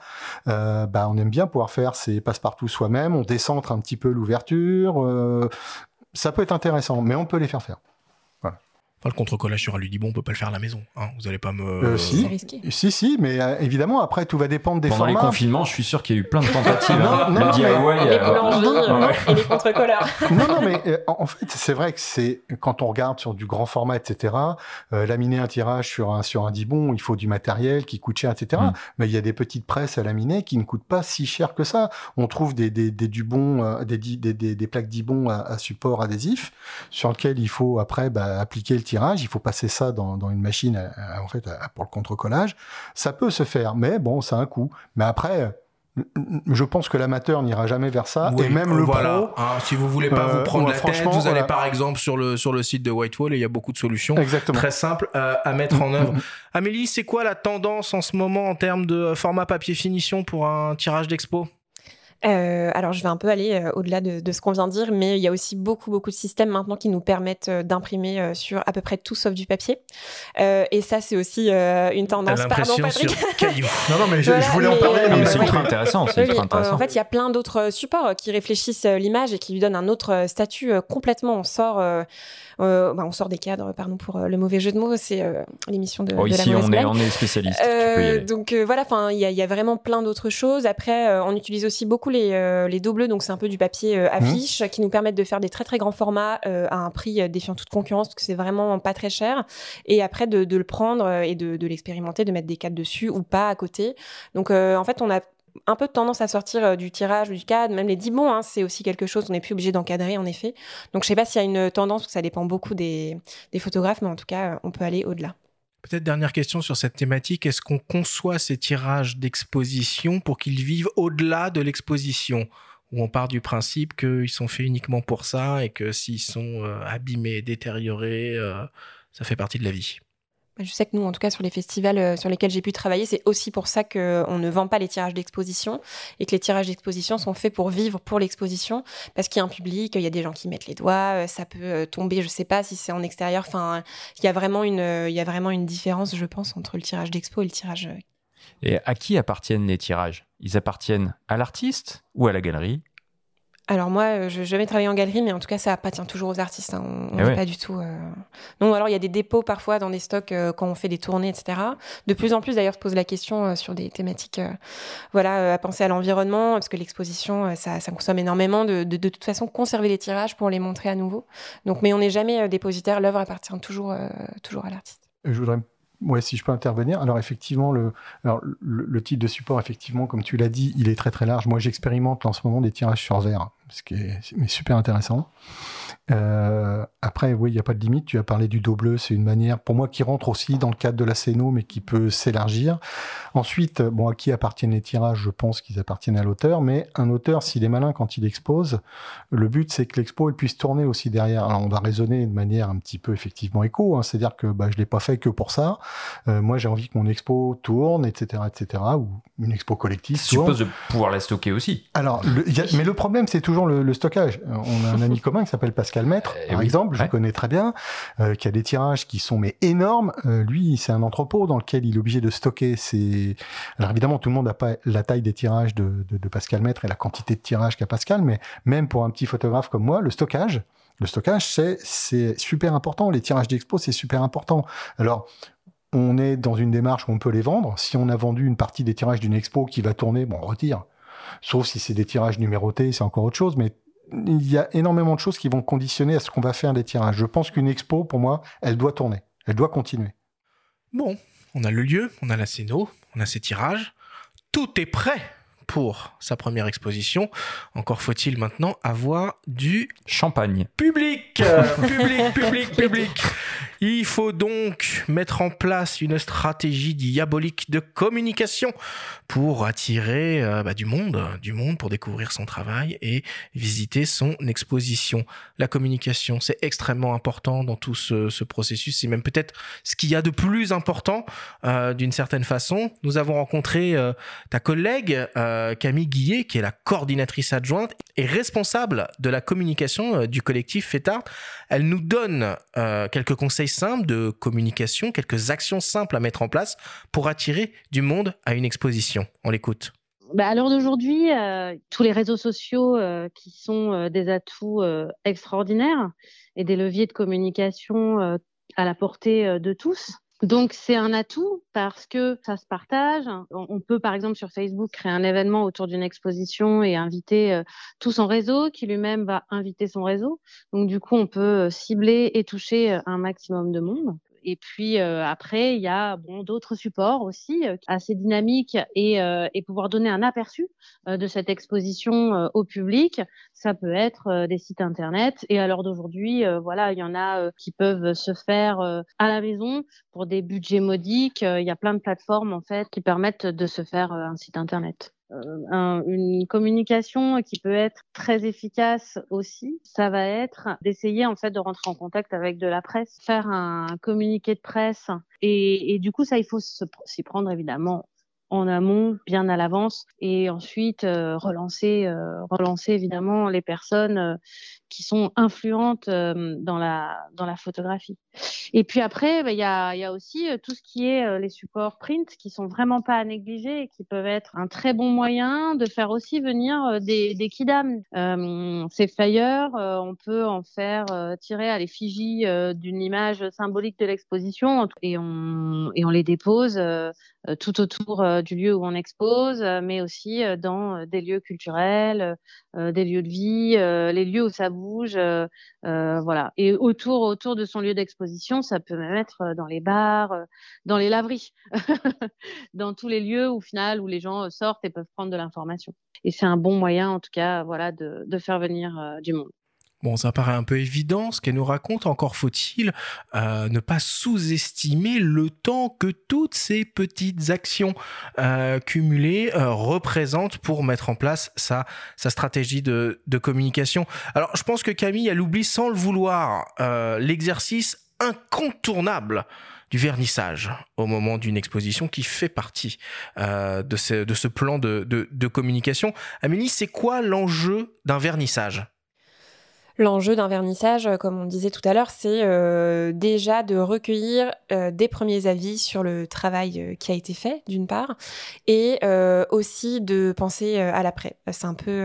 on aime bien pouvoir faire ces passe-partout soi-même, on décentre un petit peu l'ouverture, ça peut être intéressant, mais on peut les faire faire. Voilà. Enfin, le contre-collage sur aludibond, on peut pas le faire à la maison. Vous allez pas me... Si. Si, mais évidemment, après, tout va dépendre des formats. Pendant les confinements, je suis sûr qu'il y a eu plein de tentatives. Les boulangeries et les contre-colleurs. Non, mais en fait, c'est vrai que c'est quand on regarde sur du grand format, etc., laminer un tirage sur un dibond, il faut du matériel qui coûte cher, etc. Mais il y a des petites presses à laminer qui ne coûtent pas si cher que ça. On trouve des dubons, des plaques dibond à support adhésif sur lequel il faut après appliquer le tirage, il faut passer ça dans une machine pour le contre-collage. Ça peut se faire, mais bon, ça a un coût. Mais après, je pense que l'amateur n'ira jamais vers ça, et même le pro. Si vous voulez pas vous prendre la tête, vous allez par exemple sur le site de Whitewall, et il y a beaucoup de solutions très simples à mettre en œuvre. Amélie, c'est quoi la tendance en ce moment en termes de format papier finition pour un tirage d'expo ? Alors, je vais un peu aller au-delà de ce qu'on vient de dire, mais il y a aussi beaucoup de systèmes maintenant qui nous permettent d'imprimer sur à peu près tout sauf du papier. Et ça, c'est aussi une tendance. Pardon, Patrick. Non, mais je voulais en parler. Mais c'est ultra intéressant. En fait, il y a plein d'autres supports qui réfléchissent l'image et qui lui donnent un autre statut complètement. On sort des cadres, pardon pour le mauvais jeu de mots, c'est l'émission de ici, la mauvaise blague. On est spécialiste. Tu peux y aller. Donc voilà, il y a vraiment plein d'autres choses. Après, on utilise aussi beaucoup les dos bleus, donc c'est un peu du papier affiche qui nous permettent de faire des très très grands formats à un prix défiant toute concurrence parce que c'est vraiment pas très cher. Et après de le prendre et de l'expérimenter, de mettre des cadres dessus ou pas à côté. Donc en fait, on a un peu de tendance à sortir du tirage ou du cadre, même les 10 bons, c'est aussi quelque chose, on n'est plus obligé d'encadrer en effet. Donc je sais pas s'il y a une tendance, parce que ça dépend beaucoup des photographes, mais en tout cas, on peut aller au-delà. Peut-être dernière question sur cette thématique, est-ce qu'on conçoit ces tirages d'exposition pour qu'ils vivent au-delà de l'exposition ? Où on part du principe qu'ils sont faits uniquement pour ça et que s'ils sont abîmés, détériorés, ça fait partie de la vie. Je sais que nous, en tout cas, sur les festivals sur lesquels j'ai pu travailler, c'est aussi pour ça qu'on ne vend pas les tirages d'exposition et que les tirages d'exposition sont faits pour vivre pour l'exposition parce qu'il y a un public, il y a des gens qui mettent les doigts, ça peut tomber, je sais pas si c'est en extérieur. Enfin, il y a vraiment une différence, je pense, entre le tirage d'expo et le tirage. Et à qui appartiennent les tirages ? Ils appartiennent à l'artiste ou à la galerie ? Alors moi, je n'ai jamais travaillé en galerie, mais en tout cas, ça appartient toujours aux artistes. On n'est pas du tout... Non, alors il y a des dépôts parfois dans des stocks quand on fait des tournées, etc. De plus en plus, d'ailleurs, se pose la question sur des thématiques à penser à l'environnement, parce que l'exposition, ça consomme énormément de toute façon, conserver les tirages pour les montrer à nouveau. Donc, mais on n'est jamais dépositaire, l'œuvre appartient toujours à l'artiste. Je voudrais... Ouais, si je peux intervenir. Alors effectivement, le type de support, effectivement, comme tu l'as dit, il est très très large. Moi, j'expérimente en ce moment des tirages sur verre, ce qui est super intéressant. Après, oui, il n'y a pas de limite. Tu as parlé du dos bleu, c'est une manière, pour moi, qui rentre aussi dans le cadre de la scéno, mais qui peut s'élargir. Ensuite, à qui appartiennent les tirages ? Je pense qu'ils appartiennent à l'auteur, mais un auteur, s'il est malin quand il expose, le but, c'est que l'expo, elle puisse tourner aussi derrière. Alors, on va raisonner de manière un petit peu, effectivement, éco, c'est-à-dire que je l'ai pas fait que pour ça. Moi, j'ai envie que mon expo tourne, etc., ou une expo collective tourne. Suppose de pouvoir la stocker aussi. Alors, mais le problème, c'est toujours le stockage. On a un ami commun qui s'appelle Pascal Maître, par exemple, je connais très bien, qui a des tirages qui sont énormes. Lui, c'est un entrepôt dans lequel il est obligé de stocker ses... Alors évidemment, tout le monde n'a pas la taille des tirages de Pascal Maître et la quantité de tirages qu'a Pascal, mais même pour un petit photographe comme moi, le stockage, c'est super important. Les tirages d'expo, c'est super important. Alors, on est dans une démarche où on peut les vendre. Si on a vendu une partie des tirages d'une expo qui va tourner, on retire. Sauf si c'est des tirages numérotés, c'est encore autre chose, mais il y a énormément de choses qui vont conditionner à ce qu'on va faire des tirages. Je pense qu'une expo, pour moi, elle doit tourner. Elle doit continuer. Bon, on a le lieu, on a la scéno, on a ses tirages. Tout est prêt pour sa première exposition. Encore faut-il maintenant avoir du champagne. Public. Il faut donc mettre en place une stratégie diabolique de communication pour attirer du monde pour découvrir son travail et visiter son exposition. La communication, c'est extrêmement important dans tout ce processus. C'est même peut-être ce qu'il y a de plus important d'une certaine façon. Nous avons rencontré ta collègue Camille Guillet, qui est la coordinatrice adjointe et responsable de la communication du collectif Fetart. Elle nous donne quelques conseils simples de communication, quelques actions simples à mettre en place pour attirer du monde à une exposition. On l'écoute. À l'heure d'aujourd'hui, tous les réseaux sociaux qui sont des atouts extraordinaires et des leviers de communication à la portée de tous. Donc, c'est un atout parce que ça se partage. On peut, par exemple, sur Facebook, créer un événement autour d'une exposition et inviter tout son réseau qui lui-même va inviter son réseau. Donc, du coup, on peut cibler et toucher un maximum de monde. Et puis après, il y a d'autres supports aussi assez dynamiques et pouvoir donner un aperçu de cette exposition au public. Ça peut être des sites internet. Et à l'heure d'aujourd'hui, il y en a qui peuvent se faire à la maison pour des budgets modiques. Il y a plein de plateformes en fait qui permettent de se faire un site internet. Une communication qui peut être très efficace aussi, ça va être d'essayer en fait de rentrer en contact avec de la presse, faire un communiqué de presse et du coup ça il faut s'y prendre évidemment en amont, bien à l'avance, et ensuite relancer évidemment les personnes qui sont influentes dans la photographie. Et puis après, il y a aussi tout ce qui est les supports print qui sont vraiment pas à négliger et qui peuvent être un très bon moyen de faire aussi venir des kidam. Ces flyers, on peut en faire tirer à l'effigie d'une image symbolique de l'exposition et on les dépose tout autour du lieu où on expose, mais aussi dans des lieux culturels, des lieux de vie, les lieux où ça bouge, voilà. Et autour de son lieu d'exposition, ça peut même être dans les bars, dans les laveries, dans tous les lieux où les gens sortent et peuvent prendre de l'information. Et c'est un bon moyen, en tout cas, de faire venir du monde. Bon, ça paraît un peu évident ce qu'elle nous raconte, encore faut-il ne pas sous-estimer le temps que toutes ces petites actions cumulées représentent pour mettre en place sa stratégie de communication. Alors, je pense que Camille, elle oublie sans le vouloir l'exercice incontournable du vernissage au moment d'une exposition qui fait partie de ce plan de communication. Amélie, c'est quoi l'enjeu d'un vernissage ? L'enjeu d'un vernissage, comme on disait tout à l'heure, c'est déjà de recueillir des premiers avis sur le travail qui a été fait, d'une part, et aussi de penser à l'après. C'est un peu,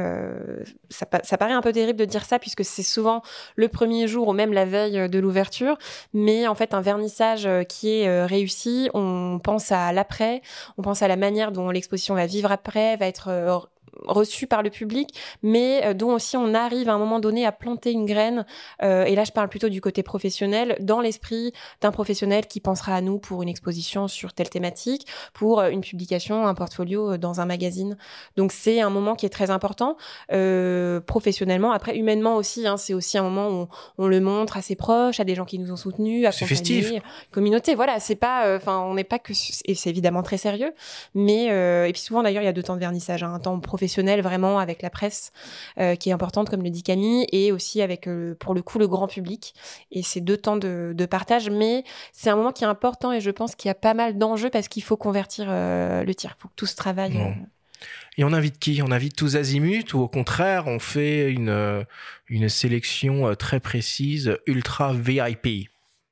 ça paraît un peu terrible de dire ça, puisque c'est souvent le premier jour ou même la veille de l'ouverture, mais en fait, un vernissage qui est réussi, on pense à l'après, on pense à la manière dont l'exposition va vivre après, va être reçu par le public, mais dont aussi on arrive à un moment donné à planter une graine, et là je parle plutôt du côté professionnel, dans l'esprit d'un professionnel qui pensera à nous pour une exposition sur telle thématique, pour une publication, un portfolio dans un magazine. Donc c'est un moment qui est très important, professionnellement. Après, humainement aussi, c'est aussi un moment où on le montre à ses proches, à des gens qui nous ont soutenus, à c'est festif, communauté. Voilà, c'est pas, on n'est pas que, et c'est évidemment très sérieux, mais et puis souvent d'ailleurs il y a 2 temps de vernissage, un temps professionnel vraiment avec la presse qui est importante comme le dit Camille, et aussi avec pour le coup le grand public, et c'est 2 temps de partage, mais c'est un moment qui est important et je pense qu'il y a pas mal d'enjeux parce qu'il faut convertir le tir, il faut que tout se travaille. Et on invite qui ? On invite tous azimuts ou au contraire on fait une sélection très précise, ultra VIP ?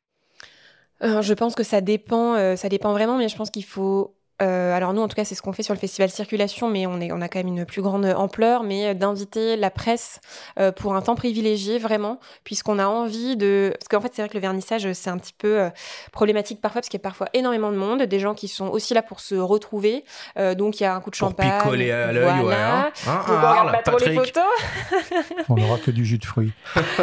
Je pense que ça dépend vraiment, mais je pense qu'il faut alors nous, en tout cas, c'est ce qu'on fait sur le festival Circulation, mais on a quand même une plus grande ampleur, mais d'inviter la presse pour un temps privilégié, vraiment, puisqu'on a envie de... Parce qu'en fait, c'est vrai que le vernissage, c'est un petit peu problématique parfois, parce qu'il y a parfois énormément de monde, des gens qui sont aussi là pour se retrouver, donc il y a un coup de champagne. Pour picoler à l'œil, voilà. Ouais. Donc on regarde pas trop les photos. On n'aura que du jus de fruits.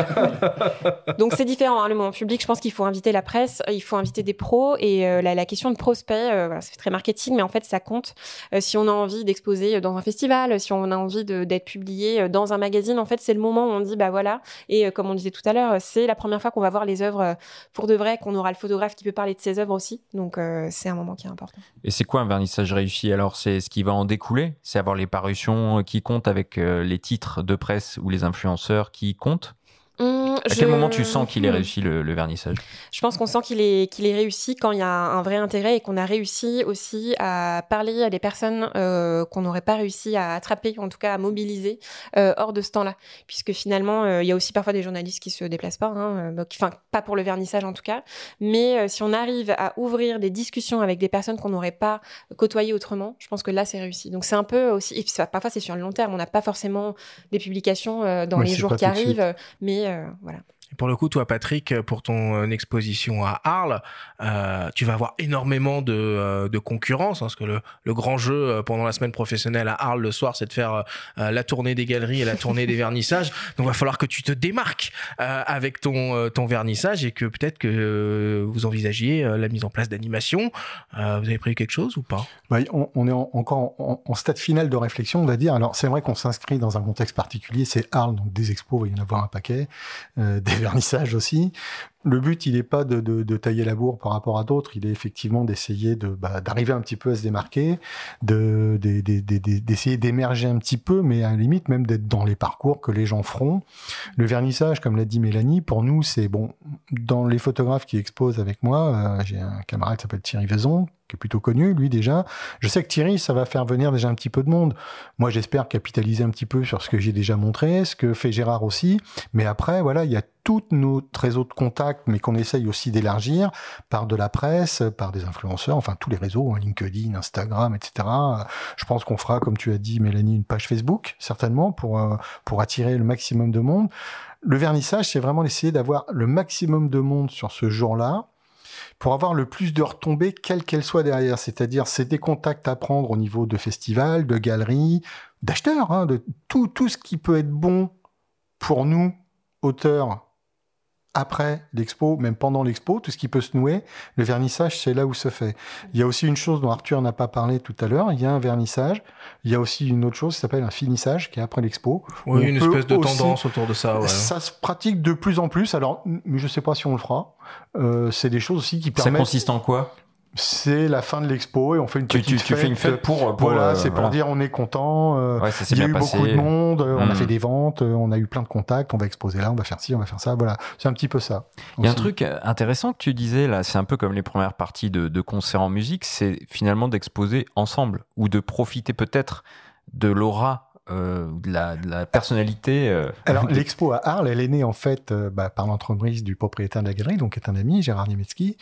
Donc c'est différent, le moment public, je pense qu'il faut inviter la presse, il faut inviter des pros, et la question de prospect, voilà, c'est très marketing, mais en fait ça compte. Si on a envie d'exposer dans un festival, si on a envie d'être publié dans un magazine, en fait c'est le moment où on dit bah voilà, et comme on disait tout à l'heure, c'est la première fois qu'on va voir les œuvres pour de vrai, qu'on aura le photographe qui peut parler de ses œuvres aussi, donc c'est un moment qui est important. Et c'est quoi un vernissage réussi alors ? C'est ce qui va en découler ? C'est avoir les parutions qui comptent avec les titres de presse ou les influenceurs qui comptent ? À quel moment tu sens qu'il est réussi le vernissage ? Je pense qu'on sent qu'il est réussi quand il y a un vrai intérêt et qu'on a réussi aussi à parler à des personnes qu'on n'aurait pas réussi à attraper, en tout cas à mobiliser hors de ce temps-là. Puisque finalement, il y a aussi parfois des journalistes qui se déplacent pas, enfin pas pour le vernissage en tout cas, mais si on arrive à ouvrir des discussions avec des personnes qu'on n'aurait pas côtoyées autrement, je pense que là c'est réussi. Donc c'est un peu aussi, et puis parfois c'est sur le long terme, on n'a pas forcément des publications dans les jours qui arrivent, mais voilà. Et pour le coup, toi, Patrick, pour ton exposition à Arles, tu vas avoir énormément de concurrence, parce que le grand jeu pendant la semaine professionnelle à Arles le soir, c'est de faire la tournée des galeries et la tournée des vernissages. Donc, il va falloir que tu te démarques avec ton vernissage et que peut-être que vous envisagiez la mise en place d'animation. Vous avez prévu quelque chose ou pas ? On est encore en stade final de réflexion, on va dire. Alors, c'est vrai qu'on s'inscrit dans un contexte particulier, c'est Arles, donc des expos, il va y en avoir un paquet, des vernissages aussi. Le but, il n'est pas de tailler la bourre par rapport à d'autres, il est effectivement d'essayer d'arriver un petit peu à se démarquer, d'essayer d'émerger un petit peu, mais à la limite même d'être dans les parcours que les gens feront. Le vernissage, comme l'a dit Mélanie, pour nous, c'est bon. Dans les photographes qui exposent avec moi, j'ai un camarade qui s'appelle Thierry Vezon, qui est plutôt connu, lui déjà. Je sais que Thierry, ça va faire venir déjà un petit peu de monde. Moi, j'espère capitaliser un petit peu sur ce que j'ai déjà montré, ce que fait Gérard aussi. Mais après, voilà, il y a tout notre réseau de contacts, mais qu'on essaye aussi d'élargir par de la presse, par des influenceurs, enfin tous les réseaux, LinkedIn, Instagram, etc. Je pense qu'on fera, comme tu as dit, Mélanie, une page Facebook, certainement, pour attirer le maximum de monde. Le vernissage, c'est vraiment d'essayer d'avoir le maximum de monde sur ce jour-là, pour avoir le plus de retombées, quelles qu'elles soient derrière. C'est-à-dire, c'est des contacts à prendre au niveau de festivals, de galeries, d'acheteurs, de tout ce qui peut être bon pour nous, auteurs, après l'expo, même pendant l'expo, tout ce qui peut se nouer. Le vernissage, c'est là où se fait. Il y a aussi une chose dont Arthur n'a pas parlé tout à l'heure, il y a un vernissage. Il y a aussi une autre chose qui s'appelle un finissage, qui est après l'expo. Oui, une espèce de tendance autour de ça. Ouais. Ça se pratique de plus en plus. Alors, je ne sais pas si on le fera. C'est des choses aussi qui permettent... Ça consiste en quoi ? C'est la fin de l'expo et on fait une petite fête. Tu fais une fête pour voilà, c'est pour dire on est content. Ouais, ça s'est il y a bien eu passé. beaucoup de monde, on a fait des ventes, on a eu plein de contacts, on va exposer là, on va faire ci, on va faire ça. Voilà, c'est un petit peu ça. Il y a un truc intéressant que tu disais là, c'est un peu comme les premières parties de concerts en musique, c'est finalement d'exposer ensemble ou de profiter peut-être de l'aura. De la personnalité. Alors, l'expo à Arles, elle est née en fait par l'entreprise du propriétaire de la galerie, donc qui est un ami, Gérard Niemiecki.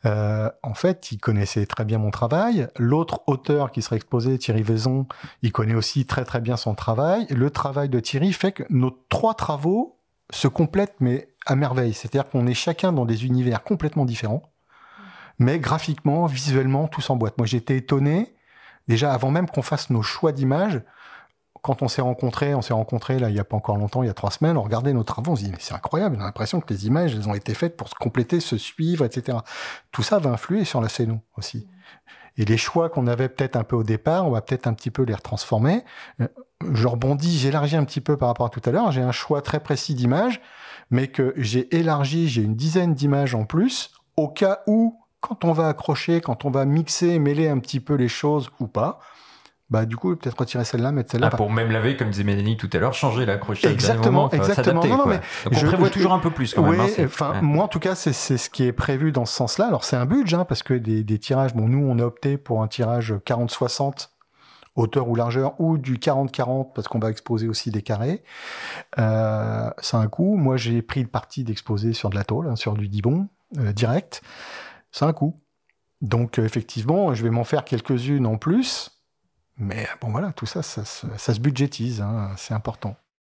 En fait, il connaissait très bien mon travail. L'autre auteur qui serait exposé, Thierry Vezon, il connaît aussi très très bien son travail. Le travail de Thierry fait que nos trois travaux se complètent, mais à merveille. C'est-à-dire qu'on est chacun dans des univers complètement différents, mais graphiquement, visuellement, tout s'emboîte. Moi, j'étais étonné, déjà avant même qu'on fasse nos choix d'images. Quand on s'est rencontrés là, il n'y a pas encore longtemps, il y a 3 semaines, on regardait nos travaux, on se dit, mais c'est incroyable, on a l'impression que les images, elles ont été faites pour se compléter, se suivre, etc. Tout ça va influer sur la scéno aussi. Et les choix qu'on avait peut-être un peu au départ, on va peut-être un petit peu les retransformer. Je rebondis, j'élargis un petit peu par rapport à tout à l'heure, j'ai un choix très précis d'images, mais que j'ai élargi, j'ai une dizaine d'images en plus, au cas où, quand on va accrocher, quand on va mixer, mêler un petit peu les choses ou pas, du coup, peut-être retirer celle-là, mettre celle-là. Pour même laver, comme disait Mélanie tout à l'heure, changer l'accrochage. Exactement. S'adapter, non, mais donc on prévoit toujours un peu plus quand même. Moi, en tout cas, c'est ce qui est prévu dans ce sens-là. Alors, c'est un budget, parce que des tirages, nous, on a opté pour un tirage 40-60, hauteur ou largeur, ou du 40-40, parce qu'on va exposer aussi des carrés. Ça a un coût. Moi, j'ai pris le parti d'exposer sur de la tôle, sur du Dibond, direct. Ça a un coût. Donc, effectivement, je vais m'en faire quelques-unes en plus. Mais bon, voilà, tout ça, ça se budgétise, c'est important.